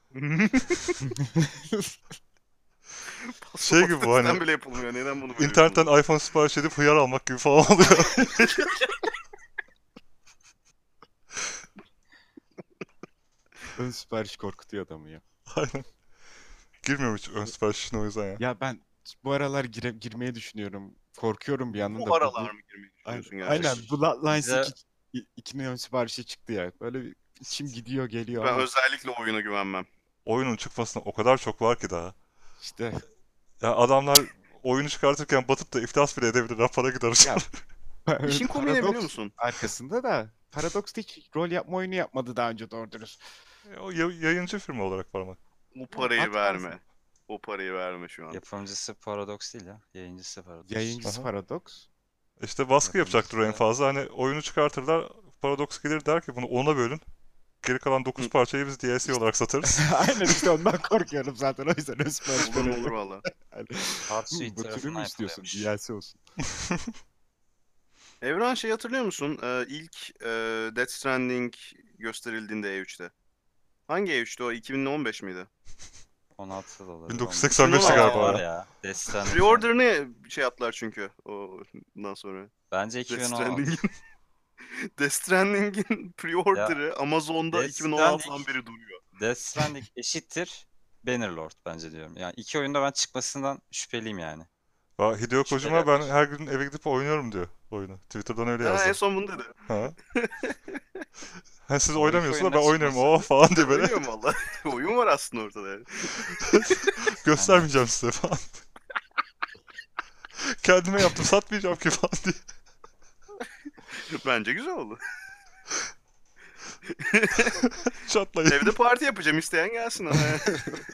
Speaker 1: Pasta
Speaker 3: Şey gibi bu
Speaker 1: patatesten
Speaker 3: hani
Speaker 1: bile yapılmıyor. Neden bunu böyle
Speaker 3: internetten
Speaker 1: yapıyorlar?
Speaker 3: iPhone sipariş edip hıyar almak gibi falan oluyor.
Speaker 4: Ön sipariş korkutuyor adamı ya.
Speaker 3: Aynen. Girmiyorum hiç ön sipariş işine o yüzden ya.
Speaker 4: Ya ben bu aralar gire, girmeyi düşünüyorum. Korkuyorum bir yandan da.
Speaker 1: Bu
Speaker 4: Bu,
Speaker 1: aralar
Speaker 4: bu,
Speaker 1: mı girmeyi
Speaker 4: aynen,
Speaker 1: düşünüyorsun
Speaker 4: aynen
Speaker 1: gerçekten?
Speaker 4: Bloodlines
Speaker 2: Bize
Speaker 4: iki, ikinin ön siparişi çıktı ya. Böyle bir içim gidiyor geliyor
Speaker 1: Ben
Speaker 4: ama
Speaker 1: özellikle oyuna güvenmem.
Speaker 3: Oyunun çıkmasına o kadar çok var ki daha.
Speaker 4: işte
Speaker 3: Ya adamlar oyunu çıkartırken batıp da iflas bile edebilirler. Para gider.
Speaker 4: ya
Speaker 1: İşin komiği ne biliyor
Speaker 4: paradoks
Speaker 1: musun?
Speaker 4: arkasında da Paradox da hiç rol yapma oyunu yapmadı daha önce doğru dürüst.
Speaker 3: E, o ya- yayıncı firma olarak var ama.
Speaker 1: O parayı
Speaker 4: At lazım.
Speaker 1: verme. O parayı verme şu an.
Speaker 2: yapımcısı Paradox değil ya. Yayıncısı Paradox.
Speaker 4: Yayıncısı
Speaker 3: Aha.
Speaker 4: Paradox.
Speaker 3: İşte baskı yapacaktır en
Speaker 2: Yapımcısı
Speaker 3: fazla. Hani oyunu çıkartırlar. Paradox gelir der ki bunu ona bölün. Geri kalan dokuz
Speaker 1: Hı.
Speaker 3: parçayı biz D L C olarak satarız.
Speaker 4: Aynen işte ondan korkuyorum zaten o yüzden ön sipariş
Speaker 1: Olur mu olur
Speaker 4: veriyorum.
Speaker 1: valla.
Speaker 4: Yani,
Speaker 2: Hard
Speaker 4: "Hı,
Speaker 2: Suite
Speaker 4: bu türü
Speaker 2: tarafından
Speaker 4: mü istiyorsun?
Speaker 2: yapılıyormuş.
Speaker 4: D L C olsun.
Speaker 1: Evren şey hatırlıyor musun? Ee, ilk e, Death Stranding gösterildiğinde E üçte. Hangi E üçte o? iki bin on beş miydi?
Speaker 2: on altı da olabilir.
Speaker 3: bin
Speaker 2: on
Speaker 3: dokuz yüz
Speaker 2: beş.
Speaker 3: seksen beşte
Speaker 1: iki bin on altı
Speaker 3: galiba
Speaker 2: Aa var
Speaker 3: ya.
Speaker 2: ya. Death Stranding.
Speaker 1: Pre-order'ını şey yaptılar çünkü ondan sonra.
Speaker 2: Bence
Speaker 1: Death
Speaker 2: iki bin on altı.
Speaker 1: Stranding'in Death Stranding'in
Speaker 2: Ya
Speaker 1: pre-order'ı Amazon'da
Speaker 2: Death
Speaker 1: iki bin on altıdan
Speaker 2: Stranding,
Speaker 1: beri duruyor.
Speaker 2: Death Stranding eşittir Bannerlord bence diyorum. Yani iki oyunda ben çıkmasından şüpheliyim yani.
Speaker 3: Bak Hideo
Speaker 2: Şüpheli
Speaker 3: Kojima ben
Speaker 2: yaklaşıyorum.
Speaker 3: her gün eve gidip oynuyorum diyor oyunu. Twitter'dan öyle
Speaker 1: Ha, en
Speaker 3: yazdı.
Speaker 1: son bunu dedi.
Speaker 3: Ha. Ha siz
Speaker 2: Ama ilk
Speaker 3: oynamıyorsunuz da
Speaker 2: oyundan
Speaker 3: ben oynuyorum.
Speaker 2: çıkması
Speaker 3: Oh falan
Speaker 1: Ben
Speaker 3: diye böyle
Speaker 1: oynuyorum valla. Oyun var aslında ortada yani.
Speaker 3: göstermeyeceğim size falan. Kendime yaptım satmayacağım ki falan diye.
Speaker 1: Bence güzel oldu.
Speaker 3: Çatlayın.
Speaker 1: Evde parti yapacağım, isteyen gelsin ama. yani.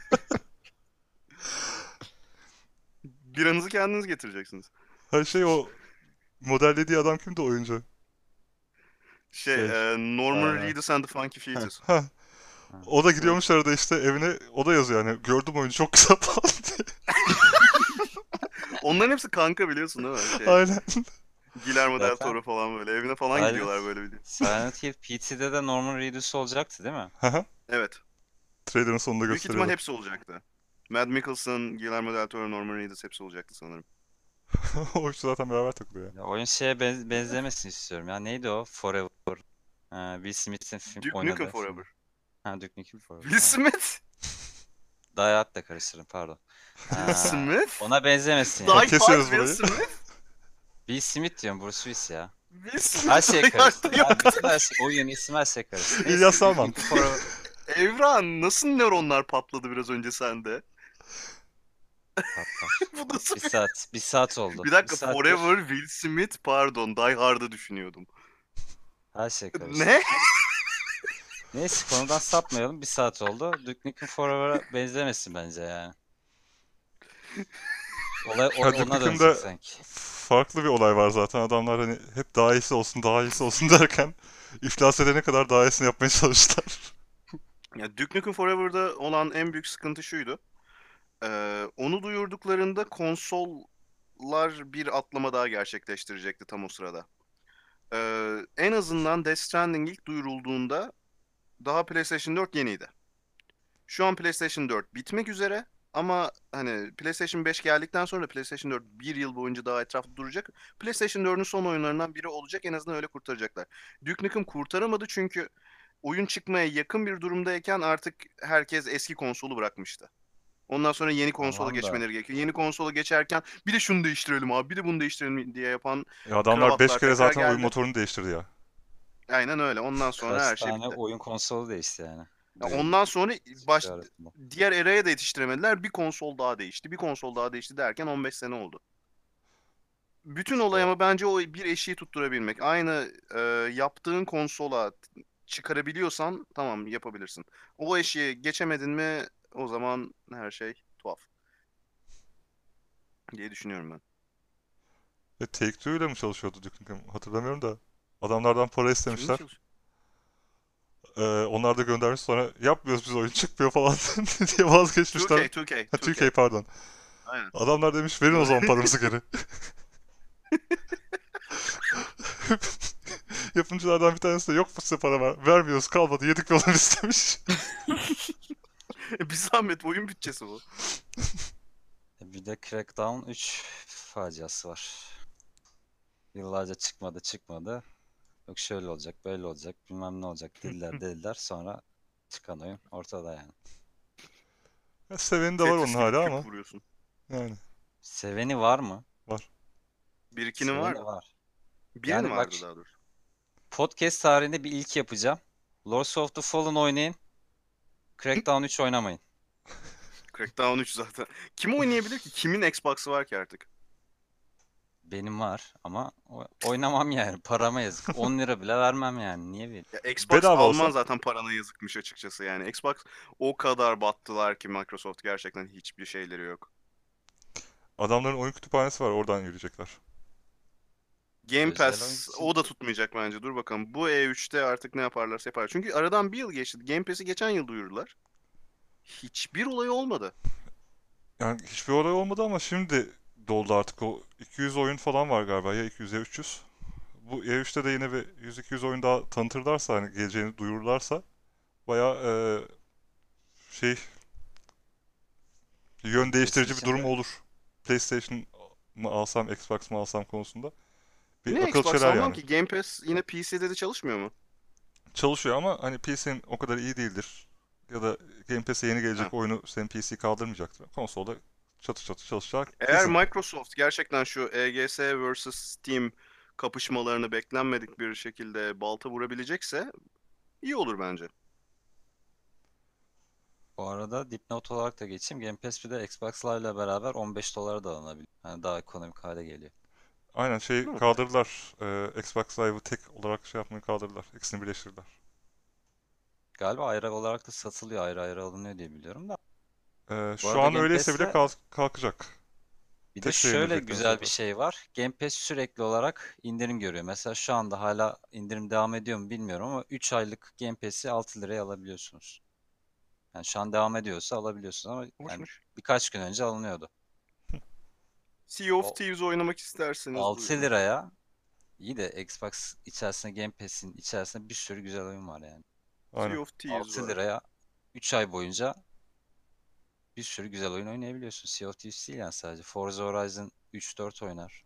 Speaker 1: Biranızı kendiniz getireceksiniz.
Speaker 3: Her şey o modellediği adam kimdi oyuncu?
Speaker 1: Şey,
Speaker 4: Şey,
Speaker 1: e, Norman
Speaker 3: Aa.
Speaker 1: Reedus and the Funky
Speaker 4: Heh.
Speaker 1: Fetus.
Speaker 3: Ha.
Speaker 2: Ha.
Speaker 3: O da gidiyormuş arada işte evine o da yazıyor yani gördüm oyunu çok güzel falan diye.
Speaker 1: Onların hepsi kanka biliyorsun değil mi? Şey,
Speaker 3: Aynen.
Speaker 1: Guillermo del
Speaker 2: Zaten
Speaker 1: Toro falan böyle. Evine falan
Speaker 2: Silent,
Speaker 1: gidiyorlar böyle bir.
Speaker 2: Silent Hill P T'de de Norman Reedus olacaktı değil mi?
Speaker 3: Haha.
Speaker 1: Evet.
Speaker 3: Trailer'ın sonunda
Speaker 1: Büyük ihtimal
Speaker 3: gösteriyorlar.
Speaker 1: hepsi olacaktı. Mad Mikkelsen, Guillermo del Toro, Norman Reedus hepsi olacaktı sanırım.
Speaker 3: O üçü zaten beraber takılıyor ya.
Speaker 2: Ya oyun şeye benz benzemesin istiyorum. Ya neydi o? Forever. Ee, Will Smith'in film
Speaker 1: Duke
Speaker 2: oynadığı
Speaker 1: Nukem
Speaker 2: film.
Speaker 1: Forever.
Speaker 2: Ha Duke Nukem Forever.
Speaker 1: Will
Speaker 2: Tamam.
Speaker 1: Smith?
Speaker 2: Die Hard'la karıştırdım pardon.
Speaker 1: Will
Speaker 2: Ha,
Speaker 1: Smith?
Speaker 2: ona benzemesin
Speaker 1: Die
Speaker 2: yani.
Speaker 1: Hard
Speaker 3: Kesiyoruz
Speaker 1: Will
Speaker 3: burayı.
Speaker 1: Smith?
Speaker 2: Will Smith diyorum Bruce Willis ya.
Speaker 1: Will Smith
Speaker 2: Her şey
Speaker 1: Die
Speaker 2: karıştı.
Speaker 1: Hard'da
Speaker 2: Yani
Speaker 1: yok.
Speaker 2: bütün her şey, oyun isim her şey karıştı. Neyse
Speaker 3: İlyas
Speaker 2: Duke
Speaker 3: Salman.
Speaker 2: Nukem Forever.
Speaker 1: Evren nasıl nöronlar patladı biraz önce sende?
Speaker 2: Patlar.
Speaker 1: Bu nasıl
Speaker 2: Bir
Speaker 1: bir...
Speaker 2: saat. Bir saat oldu.
Speaker 1: Bir dakika,
Speaker 2: Bir saattir
Speaker 1: Forever Will Smith pardon Die Hard'ı düşünüyordum.
Speaker 2: her şey karıştı.
Speaker 1: Ne?
Speaker 2: Neyse konudan sapmayalım. Bir saat oldu. Duke Nukem Forever'a benzemesin bence yani. Olay o-
Speaker 3: Ha, Duke
Speaker 2: ona
Speaker 3: Nukem'de
Speaker 2: dönecek sanki.
Speaker 3: farklı bir olay var zaten. Adamlar hani hep daha iyisi olsun, daha iyisi olsun derken iflas edene kadar daha iyisini yapmaya çalıştılar.
Speaker 1: Ya Duke Nukem Forever'da olan en büyük sıkıntı şuydu. Ee, onu duyurduklarında konsollar bir atlama daha gerçekleştirecekti tam o sırada. Ee, en azından Death Stranding ilk duyurulduğunda daha PlayStation dört yeniydi. Şu an PlayStation dört bitmek üzere ama hani PlayStation beş geldikten sonra da PlayStation dört bir yıl boyunca daha etrafta duracak. PlayStation dördün son oyunlarından biri olacak. En azından öyle kurtaracaklar. Duke Nukem kurtaramadı çünkü oyun çıkmaya yakın bir durumdayken artık herkes eski konsolu bırakmıştı. Ondan sonra yeni konsola
Speaker 2: Tamam da
Speaker 1: geçmeleri gerekiyor. Yeni konsola geçerken bir de şunu değiştirelim abi, bir de bunu değiştirelim diye yapan
Speaker 3: Ya adamlar beş
Speaker 1: kravatlar
Speaker 3: kere
Speaker 1: tekrar
Speaker 3: zaten oyun
Speaker 1: geldi.
Speaker 3: motorunu değiştirdi ya.
Speaker 1: Aynen öyle. Ondan sonra
Speaker 2: kaç
Speaker 1: her şey
Speaker 2: tane
Speaker 1: bitti.
Speaker 2: oyun konsolu değişti yani.
Speaker 1: Ya
Speaker 2: Bu yıl
Speaker 1: ondan sonra baş
Speaker 2: ticaret bu.
Speaker 1: diğer eraya da yetiştiremediler. Bir konsol daha değişti. Bir konsol daha değişti derken on beş sene oldu. Bütün olay
Speaker 2: İşte
Speaker 1: ama bence o bir eşiği tutturabilmek. Aynı e, yaptığın konsola t- çıkarabiliyorsan tamam yapabilirsin. O eşiği geçemedin mi o zaman her şey tuhaf diye düşünüyorum ben.
Speaker 3: Ve Take-Two ile mi çalışıyordu Duke Nukem? Hatırlamıyorum da. Adamlardan para
Speaker 1: Kiminle
Speaker 3: istemişler.
Speaker 1: çalışıyor?
Speaker 3: Ee, onlar da göndermiş, sonra yapmıyoruz biz, oyun çıkmıyor falan diye vazgeçmişler.
Speaker 1: iki K, iki K,
Speaker 3: Ha,
Speaker 1: iki
Speaker 3: iki
Speaker 1: K.
Speaker 3: K pardon.
Speaker 1: Aynen.
Speaker 3: Adamlar demiş verin o zaman paramızı geri. Yapımcılardan bir tanesi de yok mu size para ver? Vermiyoruz, kalmadı, yedik falan istemiş.
Speaker 1: Bir zahmet, oyun bütçesi bu.
Speaker 2: bir de Crackdown üç faciası var. Yıllarca çıkmadı çıkmadı. Yok şöyle olacak, böyle olacak, bilmem ne olacak dediler dediler. Sonra çıkan oyun ortada yani.
Speaker 3: Ya, seveni de var onun
Speaker 1: Tetris gibi
Speaker 3: hala
Speaker 1: küp
Speaker 3: ama.
Speaker 1: vuruyorsun.
Speaker 3: Yani
Speaker 2: Seveni var mı?
Speaker 3: var.
Speaker 1: Birikinin var
Speaker 2: Seveni
Speaker 1: mı?
Speaker 2: var.
Speaker 1: Birinin
Speaker 2: Yani bak,
Speaker 1: vardı daha doğrusu.
Speaker 2: podcast tarihinde bir ilk yapacağım. Lords of the Fallen oynayın. Crackdown üç oynamayın.
Speaker 1: Crackdown üç zaten. Kim oynayabilir ki? Kimin Xbox'ı var ki artık?
Speaker 2: Benim var ama o- oynamam yani. Parama yazık. on lira bile vermem yani. Niye vereyim?
Speaker 1: Ya Xbox
Speaker 3: Bedava
Speaker 1: alman
Speaker 3: olsa.
Speaker 1: zaten parana yazıkmış açıkçası yani. Xbox o kadar battılar ki Microsoft gerçekten hiçbir şeyleri yok.
Speaker 3: Adamların oyun kütüphanesi var, oradan yürüyecekler.
Speaker 1: Game
Speaker 2: Özel oyun
Speaker 1: Pass
Speaker 2: için.
Speaker 1: o da tutmayacak bence. Dur bakalım. Bu E üçte artık ne yaparlarsa yapar. Çünkü aradan bir yıl geçti. Game Pass'i geçen yıl duyurdular. Hiçbir olay olmadı.
Speaker 3: Yani hiçbir olay olmadı ama şimdi doldu artık, o iki yüz oyun falan var galiba, ya iki yüz ya üç yüz. Bu E üçte de yine bir yüz iki yüz oyun daha tanıtırlarsa, hani geleceğini duyururlarsa bayağı eee, şey yön değiştirici bir
Speaker 2: için
Speaker 3: durum
Speaker 2: de
Speaker 3: olur. PlayStation mı alsam, Xbox mı alsam konusunda bir
Speaker 1: Ne
Speaker 3: akıl
Speaker 1: Xbox
Speaker 3: çeler
Speaker 1: almam
Speaker 3: yani.
Speaker 1: ki? Game Pass yine P C'de de çalışmıyor mu?
Speaker 3: Çalışıyor ama hani P C'nin o kadar iyi değildir. Ya da Game Pass'e yeni
Speaker 1: Ha.
Speaker 3: gelecek oyunu senin P C kaldırmayacaktır. Konsolda çatır çatır çalışacak
Speaker 1: Eğer
Speaker 3: kesin.
Speaker 1: Microsoft gerçekten şu E G S versus Steam kapışmalarını beklenmedik bir şekilde balta vurabilecekse iyi olur bence.
Speaker 2: bu arada dipnot olarak da geçeyim. Game Pass bir de Xbox Live ile beraber on beş dolara da alınabiliyor. Yani daha ekonomik hale geliyor.
Speaker 3: Aynen, şey
Speaker 1: Hı.
Speaker 3: kaldırdılar. Ee, Xbox Live'ı tek olarak şey yapmayı kaldırdılar. İkisini birleştirdiler.
Speaker 2: Galiba ayrı olarak da satılıyor. Ayrı ayrı alınıyor diye biliyorum da.
Speaker 3: Ee,
Speaker 2: Bu
Speaker 3: şu
Speaker 2: arada
Speaker 3: an
Speaker 2: Game
Speaker 3: öyleyse bile
Speaker 2: Pass'te
Speaker 3: kalk- kalkacak.
Speaker 2: bir de
Speaker 3: Tek şeye
Speaker 2: şöyle
Speaker 3: indirecekler bu
Speaker 2: güzel bir
Speaker 3: sefer.
Speaker 2: şey var. Game Pass sürekli olarak indirim görüyor. Mesela şu anda hala indirim devam ediyor mu bilmiyorum ama üç aylık Game Pass'i altı liraya alabiliyorsunuz. Yani şu an devam ediyorsa alabiliyorsunuz ama yani
Speaker 1: Hoşmuş.
Speaker 2: birkaç gün önce alınıyordu.
Speaker 1: Sea of
Speaker 2: O
Speaker 1: Thieves oynamak isterseniz
Speaker 2: altı
Speaker 1: buyurun.
Speaker 2: liraya iyi de Xbox içerisinde Game Pass'in içerisinde bir sürü güzel oyun var yani.
Speaker 3: Aynen.
Speaker 1: Sea of Thieves
Speaker 2: altı
Speaker 1: var.
Speaker 2: liraya üç ay boyunca bir sürü güzel oyun oynayabiliyorsun. Sea of Thieves değil yani sadece. Forza Horizon üç dört oynar.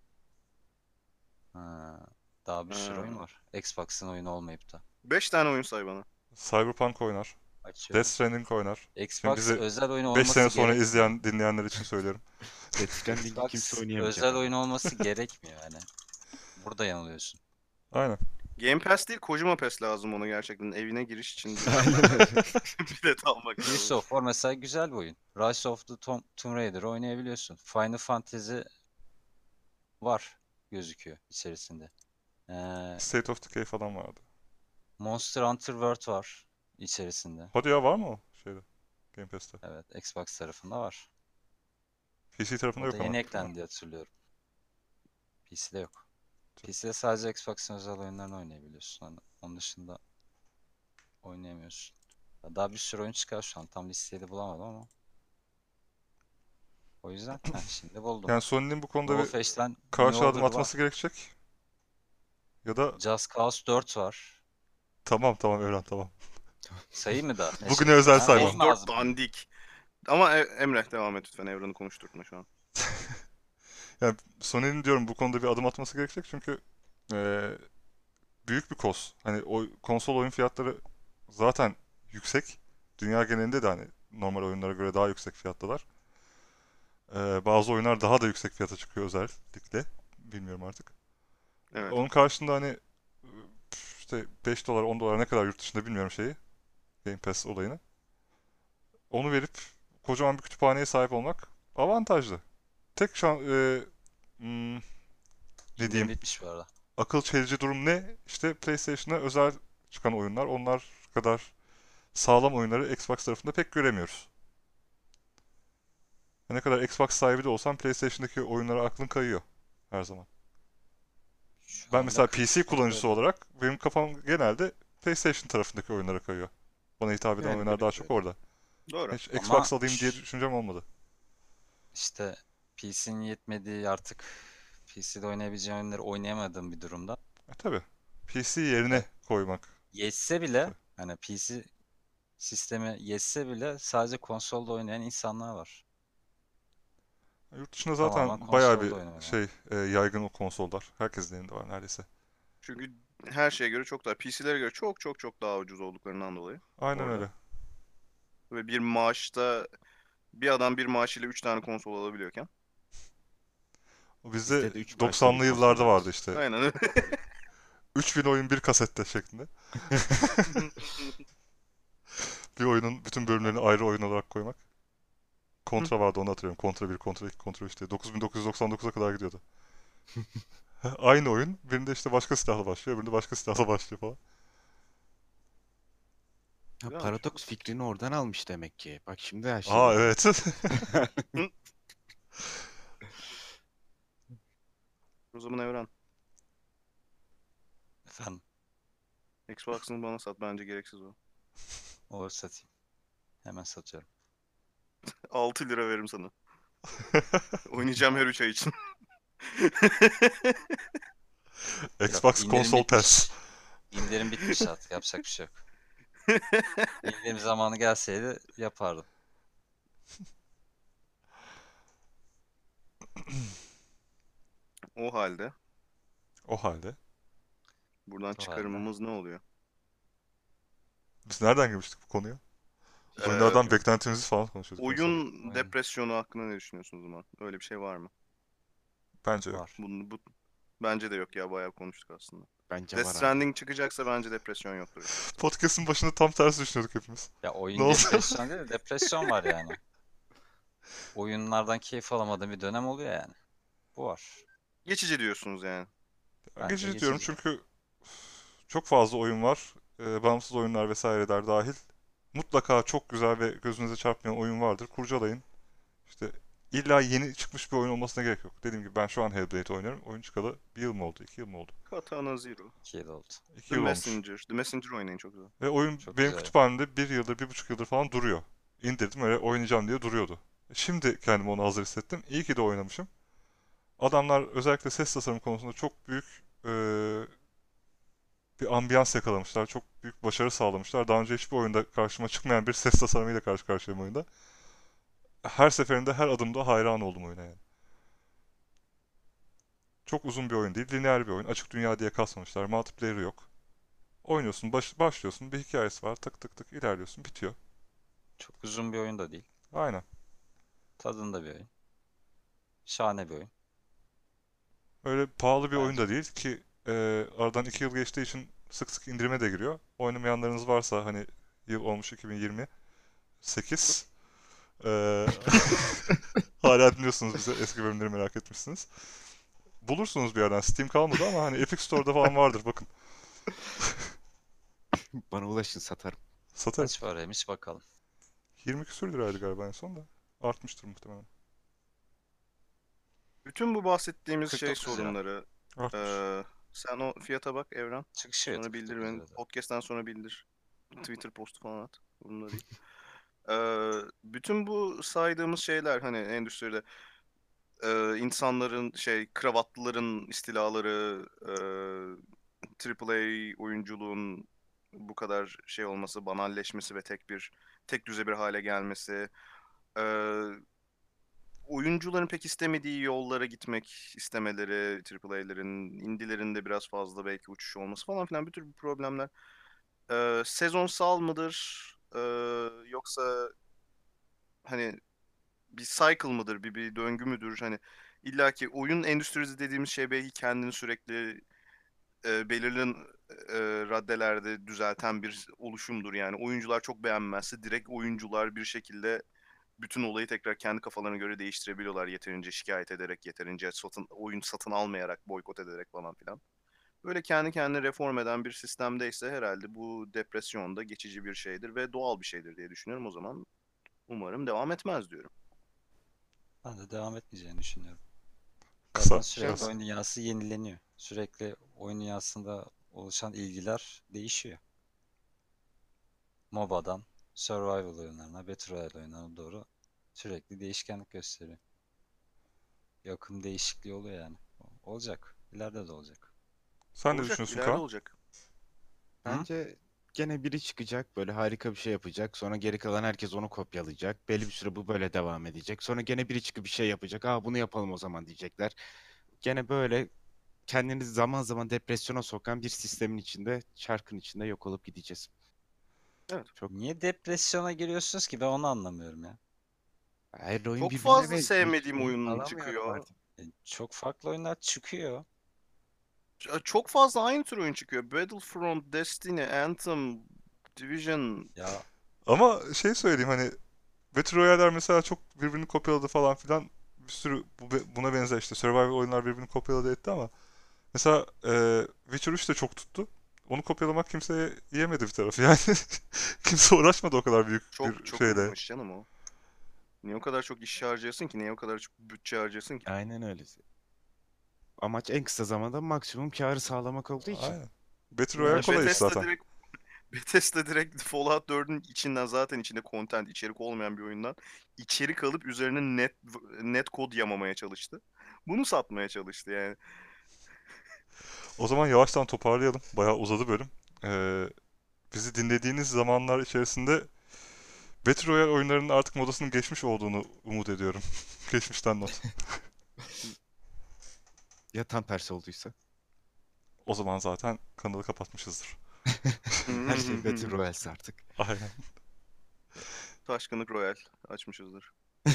Speaker 2: Ha, daha bir sürü oyun
Speaker 1: Ha.
Speaker 2: var. Xbox'ın oyunu olmayıp da.
Speaker 1: Beş tane oyun say bana.
Speaker 3: Cyberpunk oynar. Death
Speaker 2: Açıyorum.
Speaker 3: Stranding oynar. Şimdi
Speaker 2: Xbox
Speaker 3: bizi
Speaker 2: özel oyun
Speaker 3: beş sene
Speaker 2: olması
Speaker 3: sonra
Speaker 2: gerekmiyor.
Speaker 3: izleyen dinleyenler için söylüyorum.
Speaker 4: Death Stranding'i kimse
Speaker 2: Xbox
Speaker 4: oynayamayacak
Speaker 2: özel
Speaker 4: ama.
Speaker 2: oyun olması gerekmiyor yani. Burada yanılıyorsun.
Speaker 3: Aynen.
Speaker 1: Game Pass değil, Kojima Pass lazım ona gerçekten. Evine giriş için
Speaker 4: Aynen öyle.
Speaker 1: bilet almak
Speaker 2: Gears
Speaker 1: lazım.
Speaker 2: of War mesela güzel bir oyun. Rise of the Tomb, Tomb Raider'ı oynayabiliyorsun. Final Fantasy var gözüküyor içerisinde. Ee,
Speaker 3: State of Decay falan vardı.
Speaker 2: Monster Hunter World var içerisinde.
Speaker 3: Hadi ya, var mı o şeyde? Game Pass'te.
Speaker 2: Evet, Xbox tarafında var.
Speaker 3: P C tarafında
Speaker 2: O
Speaker 3: yok
Speaker 2: da
Speaker 3: ama.
Speaker 2: yeni eklendi diye hatırlıyorum. P C'de yok. P C'de sadece Xbox'ın özel oyunlarını oynayabiliyorsun. Hani onun dışında oynayamıyorsun. Ya daha bir sürü oyun çıkar şu an. Tam listeyi de bulamadım ama. O yüzden heh, şimdi buldum.
Speaker 3: Yani Sony'nin bu konuda bir
Speaker 2: Wolfenstein New
Speaker 3: karşı adım
Speaker 2: Order
Speaker 3: atması
Speaker 2: var.
Speaker 3: gerekecek. Ya da
Speaker 2: Just Cause dört var.
Speaker 3: tamam tamam Evren, tamam.
Speaker 2: Sayayım mı da?
Speaker 3: Bugüne
Speaker 2: Neşe?
Speaker 3: özel
Speaker 2: Ha,
Speaker 3: sayma.
Speaker 2: sayayım
Speaker 1: Cause dört
Speaker 2: lazım.
Speaker 1: dandik. Ama E- Emre devam et lütfen. Evren'i konuşturtma şu an.
Speaker 3: Yani Sony'nin diyorum bu konuda bir adım atması gerekecek çünkü eee, büyük bir kos. Hani o konsol oyun fiyatları zaten yüksek. Dünya genelinde de hani normal oyunlara göre daha yüksek fiyattalar. Ee, bazı oyunlar daha da yüksek fiyata çıkıyor özellikle. Bilmiyorum artık.
Speaker 1: Evet.
Speaker 3: Onun karşında hani işte beş dolar on dolar ne kadar yurt dışında bilmiyorum şeyi. Game Pass olayını. Onu verip kocaman bir kütüphaneye sahip olmak avantajlı. Tek şan, e, hmm, ne
Speaker 2: İndirim
Speaker 3: diyeyim,
Speaker 2: bitmiş bu arada.
Speaker 3: akıl çelici durum ne? İşte PlayStation'a özel çıkan oyunlar. Onlar kadar sağlam oyunları Xbox tarafında pek göremiyoruz. Ne kadar Xbox sahibi de olsam PlayStation'daki oyunlara aklın kayıyor her zaman.
Speaker 2: Şu
Speaker 3: Ben
Speaker 2: anda
Speaker 3: mesela P C
Speaker 2: kısmen
Speaker 3: kullanıcısı
Speaker 2: öyle.
Speaker 3: olarak benim kafam genelde PlayStation tarafındaki oyunlara kayıyor. Bana hitap eden
Speaker 4: Yani
Speaker 3: oyunlar
Speaker 4: benim
Speaker 3: daha
Speaker 4: de
Speaker 3: çok
Speaker 4: öyle.
Speaker 3: orada.
Speaker 1: Doğru.
Speaker 3: Hiç
Speaker 2: Ama
Speaker 3: Xbox alayım diye
Speaker 2: ş-
Speaker 3: düşüncem olmadı.
Speaker 2: işte P C'nin yetmediği, artık P C'de oynayabileceğin oyunları oynayamadığım bir durumda.
Speaker 3: E tabii. P C yerine
Speaker 2: Ya
Speaker 3: koymak.
Speaker 2: yetse
Speaker 3: İşte.
Speaker 2: bile, hani P C sistemi yetse bile sadece konsolda oynayan insanlar var.
Speaker 3: Yurt dışında zaten
Speaker 2: Tamamen
Speaker 3: bayağı bir
Speaker 2: konsolda oynuyorlar.
Speaker 3: şey e, yaygın o konsollar. Herkesin elinde var neredeyse.
Speaker 1: Çünkü her şeye göre çok daha P C'lere göre çok çok çok daha ucuz olduklarından dolayı
Speaker 3: Aynen
Speaker 1: orada.
Speaker 3: öyle.
Speaker 1: Ve bir maaşta bir adam bir maaşıyla üç tane konsol alabiliyorken.
Speaker 3: O bizde
Speaker 4: Bizde de üç maaşla bir
Speaker 3: doksanlı
Speaker 4: konsol
Speaker 3: yıllarda vardı
Speaker 4: var.
Speaker 3: işte.
Speaker 1: Aynen öyle.
Speaker 3: üç bin oyun bir kasette şeklinde. Bir oyunun bütün bölümlerini ayrı oyun olarak koymak. Kontra vardı onu hatırlıyorum. Kontra bir, Kontra iki, Kontra üç diye. dokuz bin dokuz yüz doksan dokuza kadar gidiyordu. Aynı oyun. Birinde işte başka silahla başlıyor. Birinde başka silahla başlıyor falan.
Speaker 4: Ha,
Speaker 1: Güzelmiş.
Speaker 4: Paradox fikrini oradan almış demek ki. Bak şimdi her şey
Speaker 3: Aa
Speaker 4: oldu.
Speaker 3: evet.
Speaker 1: O zaman Evren,
Speaker 2: Efendim,
Speaker 1: Xbox'ını bana sat, bence gereksiz o.
Speaker 2: olur satayım. Hemen satıyorum.
Speaker 1: altı lira veririm sana. Oynayacağım her üç ay için.
Speaker 2: Yok,
Speaker 3: Xbox
Speaker 2: indirim
Speaker 3: Console Pass.
Speaker 2: bitmiş. İndirim bitmiş artık. Yapacak bir şey yok. İndirim zamanı gelseydi yapardım.
Speaker 1: O halde
Speaker 3: O halde.
Speaker 1: buradan
Speaker 2: O halde.
Speaker 1: çıkarımımız ne oluyor?
Speaker 3: Biz nereden girmiştik bu konuya?
Speaker 4: Hiçbir
Speaker 1: Ee,
Speaker 3: Oyunlardan
Speaker 4: fikrim yok.
Speaker 3: beklentimizi falan konuşuyorduk en son.
Speaker 1: oyun
Speaker 2: Oyun
Speaker 1: depresyonu hakkında ne düşünüyorsunuz o zaman? Öyle bir şey var mı?
Speaker 3: Bence yok.
Speaker 2: var.
Speaker 1: Bunu, bu, bence de yok ya, bayağı konuştuk aslında.
Speaker 4: Bence
Speaker 1: Death
Speaker 4: var abi.
Speaker 1: Stranding çıkacaksa bence depresyon yoktur ya.
Speaker 3: Podcast'ın başında tam tersi düşünüyorduk hepimiz.
Speaker 2: Ya
Speaker 3: Ne
Speaker 2: oyun
Speaker 3: oldu?
Speaker 2: depresyon değil de depresyon var yani. Oyunlardan keyif alamadığım bir dönem oluyor yani. Bu var.
Speaker 1: Geçici diyorsunuz yani.
Speaker 2: Bence
Speaker 3: Geçici diyorum
Speaker 2: geçici.
Speaker 3: çünkü çok fazla oyun var. Ee, bağımsız oyunlar vesaireler dahil. Mutlaka çok güzel ve gözünüze çarpmayan oyun vardır. Kurcalayın. İşte illa yeni çıkmış bir oyun olmasına gerek yok. Dediğim gibi ben şu an Hellblade oynuyorum. Oyun çıkalı bir yıl mı oldu? iki yıl mı oldu?
Speaker 1: Katana Zero.
Speaker 2: iki yıl oldu.
Speaker 3: iki
Speaker 1: The
Speaker 3: yıl olmuş.
Speaker 1: Messenger. The Messenger oynayın, çok güzel.
Speaker 3: Ve oyun
Speaker 2: Çok
Speaker 3: benim
Speaker 2: güzel.
Speaker 3: kütüphanemde bir yıldır, bir buçuk yıldır falan duruyor. İndirdim öyle oynayacağım diye duruyordu. Şimdi kendimi ona hazır hissettim. İyi ki de oynamışım. Adamlar özellikle ses tasarım konusunda çok büyük eee, bir ambiyans yakalamışlar. Çok büyük başarı sağlamışlar. Daha önce hiçbir oyunda karşıma çıkmayan bir ses tasarımıyla karşı karşıyayım oyunda. Her seferinde, her adımda hayran oldum oyuna yani. Çok uzun bir oyun değil, lineer bir oyun. Açık dünya diye kasmamışlar. Multiplayer'ı yok. Oynuyorsun, baş, başlıyorsun, bir hikayesi var. Tık tık tık ilerliyorsun, bitiyor.
Speaker 2: Çok uzun bir oyun da değil.
Speaker 3: Aynen.
Speaker 2: Tadında bir oyun. Şahane bir oyun.
Speaker 3: Öyle pahalı bir oyun
Speaker 2: Bence.
Speaker 3: da değil ki e, aradan iki yıl geçtiği için sık sık indirime de giriyor. Oynamayanlarınız varsa hani yıl olmuş iki bin yirmi sekiz. E, hala dinliyorsunuz bize, eski bölümleri merak etmişsiniz. Bulursunuz bir yerden. Steam kalmadı ama hani Epic Store'da falan vardır bakın.
Speaker 4: Bana ulaşın satarım.
Speaker 3: Satarım.
Speaker 2: Kaç paraymış bakalım.
Speaker 3: yirmi küsür liraydı galiba en son da. Artmıştır muhtemelen.
Speaker 1: Bütün bu bahsettiğimiz şey
Speaker 2: kırk dokuz lira.
Speaker 1: sorunları,
Speaker 3: Artmış.
Speaker 1: eee, sen o fiyata bak Evren.
Speaker 2: Çıkış fiyatı
Speaker 1: Sonra bildir
Speaker 2: kırk dokuz
Speaker 1: beni.
Speaker 2: lirada.
Speaker 1: Podcast'ten sonra bildir. Twitter postu falan at. Bununla değil. Eee, bütün bu saydığımız şeyler, hani endüstride eee, insanların şey kravatlıların istilaları, eee A A A oyunculuğun bu kadar şey olması, banalleşmesi ve tek bir tek düze bir hale gelmesi, eee, oyuncuların pek istemediği yollara gitmek istemeleri, A A A'lerin, indie'lerin de biraz fazla belki uçuş olması falan filan, bir tür problemler. Eee, sezonsal mıdır? Eee, yoksa hani bir cycle mıdır, bir, bir döngü müdür? Hani illaki oyun endüstrisi dediğimiz şey belki kendini sürekli e, belirli e, raddelerde düzelten bir oluşumdur. Yani oyuncular çok beğenmezse direkt oyuncular bir şekilde bütün olayı tekrar kendi kafalarına göre değiştirebiliyorlar. Yeterince şikayet ederek, yeterince satın, oyun satın almayarak, boykot ederek falan filan. Böyle kendi kendine reform eden bir sistemdeyse herhalde bu depresyon da geçici bir şeydir ve doğal bir şeydir diye düşünüyorum. O zaman umarım devam etmez diyorum.
Speaker 2: Ben de devam etmeyeceğini düşünüyorum. Zaten
Speaker 3: Kısa.
Speaker 2: sürekli
Speaker 3: Biraz.
Speaker 2: oyun dünyası yenileniyor. Sürekli oyun dünyasında oluşan ilgiler değişiyor. MOBA'dan survival oyunlarına, Battle Royale oyunlarına doğru sürekli değişkenlik gösteriyor. Bir akım değişikliği oluyor yani. Olacak. İleride de olacak.
Speaker 3: Sen ne
Speaker 1: Olacak,
Speaker 3: düşünüyorsun
Speaker 1: ileride
Speaker 3: Kaan?
Speaker 1: olacak.
Speaker 2: Hı?
Speaker 4: Bence gene biri çıkacak böyle harika bir şey yapacak. Sonra geri kalan herkes onu kopyalayacak. Belli bir süre bu böyle devam edecek. Sonra gene biri çıkıp bir şey yapacak. Aa bunu yapalım o zaman diyecekler. Gene böyle kendini zaman zaman depresyona sokan bir sistemin içinde, çarkın içinde yok olup gideceğiz.
Speaker 1: Evet.
Speaker 4: Çok
Speaker 2: Niye depresyona giriyorsunuz ki? Ben onu anlamıyorum ya.
Speaker 4: her oyun
Speaker 1: Çok
Speaker 4: birbirine
Speaker 1: fazla
Speaker 4: ve hiç
Speaker 1: sevmediğim
Speaker 4: keyif
Speaker 1: oyun
Speaker 4: alamıyorum
Speaker 1: çıkıyor.
Speaker 4: artık.
Speaker 2: E, çok farklı oyunlar çıkıyor.
Speaker 1: Ç- Çok fazla aynı tür oyun çıkıyor. Battlefront, Destiny, Anthem, Division.
Speaker 2: Ya
Speaker 3: Ama şey söyleyeyim hani Battle Royale'ler mesela çok birbirini kopyaladı falan filan. Bir sürü bu, buna benzer işte survival oyunlar birbirini kopyaladı etti ama mesela e, Witcher üç de çok tuttu. Onu kopyalamak kimseye yemedi bir tarafı yani. Kimse uğraşmadı o kadar büyük
Speaker 1: Çok
Speaker 3: bir
Speaker 1: çok
Speaker 3: şeyle.
Speaker 1: uzun iş canım o. Niye o kadar çok iş harcayasın ki? Niye o kadar çok bütçe harcayasın ki?
Speaker 4: Aynen öyle. Amaç en kısa zamanda maksimum karı sağlamak olduğu için.
Speaker 3: Aynen. Battle Royale
Speaker 1: Yani
Speaker 4: Uğraşıyor.
Speaker 3: kolay iş
Speaker 1: Bethesda
Speaker 3: zaten.
Speaker 1: direkt Bethesda direkt Fallout dördün içinden zaten içinde content, içerik olmayan bir oyundan içerik alıp üzerine net net kod yamamaya çalıştı. Bunu satmaya çalıştı yani.
Speaker 3: O zaman yavaştan toparlayalım. Bayağı uzadı bölüm. Ee, bizi dinlediğiniz zamanlar içerisinde Battle Royale oyunlarının artık modasının geçmiş olduğunu umut ediyorum. Geçmişten not.
Speaker 4: Ya tam tersi olduysa?
Speaker 3: O zaman zaten kanalı kapatmışızdır.
Speaker 4: Her şey Battle Royale artık.
Speaker 3: Aynen.
Speaker 1: Taşkınlık Royal açmışızdır.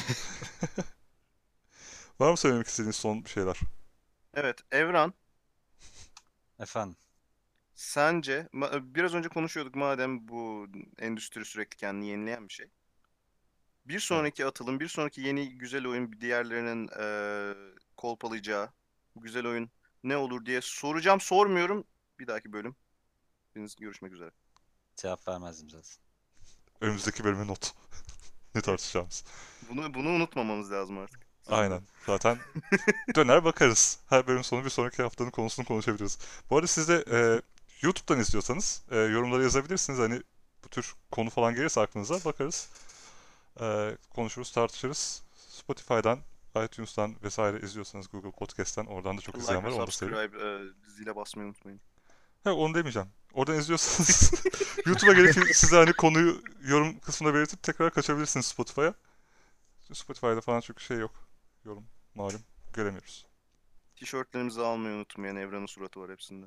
Speaker 3: Var mı söylemek istediğiniz son bir şeyler?
Speaker 1: Evet, Evran,
Speaker 2: efendim.
Speaker 1: sence ma- biraz önce konuşuyorduk madem bu endüstri sürekli kendini yenileyen bir şey. Bir
Speaker 2: Evet.
Speaker 1: sonraki atılım, bir sonraki yeni güzel oyun diğerlerinin eee kolpalayacağı bu güzel oyun ne olur diye soracağım, sormuyorum. Bir dahaki bölüm. Hepiniz görüşmek üzere.
Speaker 2: Cevap vermezdim zaten.
Speaker 3: Önümüzdeki bölüme not. Ne tartışacağımız.
Speaker 1: Bunu bunu unutmamamız lazım artık. Sizin de.
Speaker 3: Aynen. Zaten döner bakarız. Her bölüm sonu bir sonraki haftanın konusunu konuşabiliriz. Bu arada siz de e, YouTube'dan izliyorsanız e, yorumlara yazabilirsiniz. Hani bu tür konu falan gelirse aklınıza bakarız. E, konuşuruz, tartışırız. Spotify'dan, iTunes'tan vesaire izliyorsanız Google Podcast'ten oradan da çok izleyen
Speaker 1: Like
Speaker 3: var.
Speaker 1: ve
Speaker 3: Onu da söyleyeyim.
Speaker 1: subscribe, eee, zile basmayı unutmayın.
Speaker 3: Ha, onu demeyeceğim. Oradan izliyorsanız YouTube'a gelip size hani konuyu yorum kısmına belirtip tekrar kaçabilirsiniz Spotify'a. Spotify'da falan çok şey yok. Yorum malum göremiyoruz.
Speaker 1: Tişörtlerimizi almayı unutmayın. Evren'in suratı var hepsinde.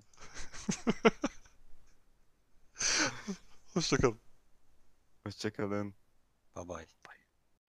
Speaker 3: Hoşçakalın.
Speaker 4: Hoşçakalın.
Speaker 2: Bye bye.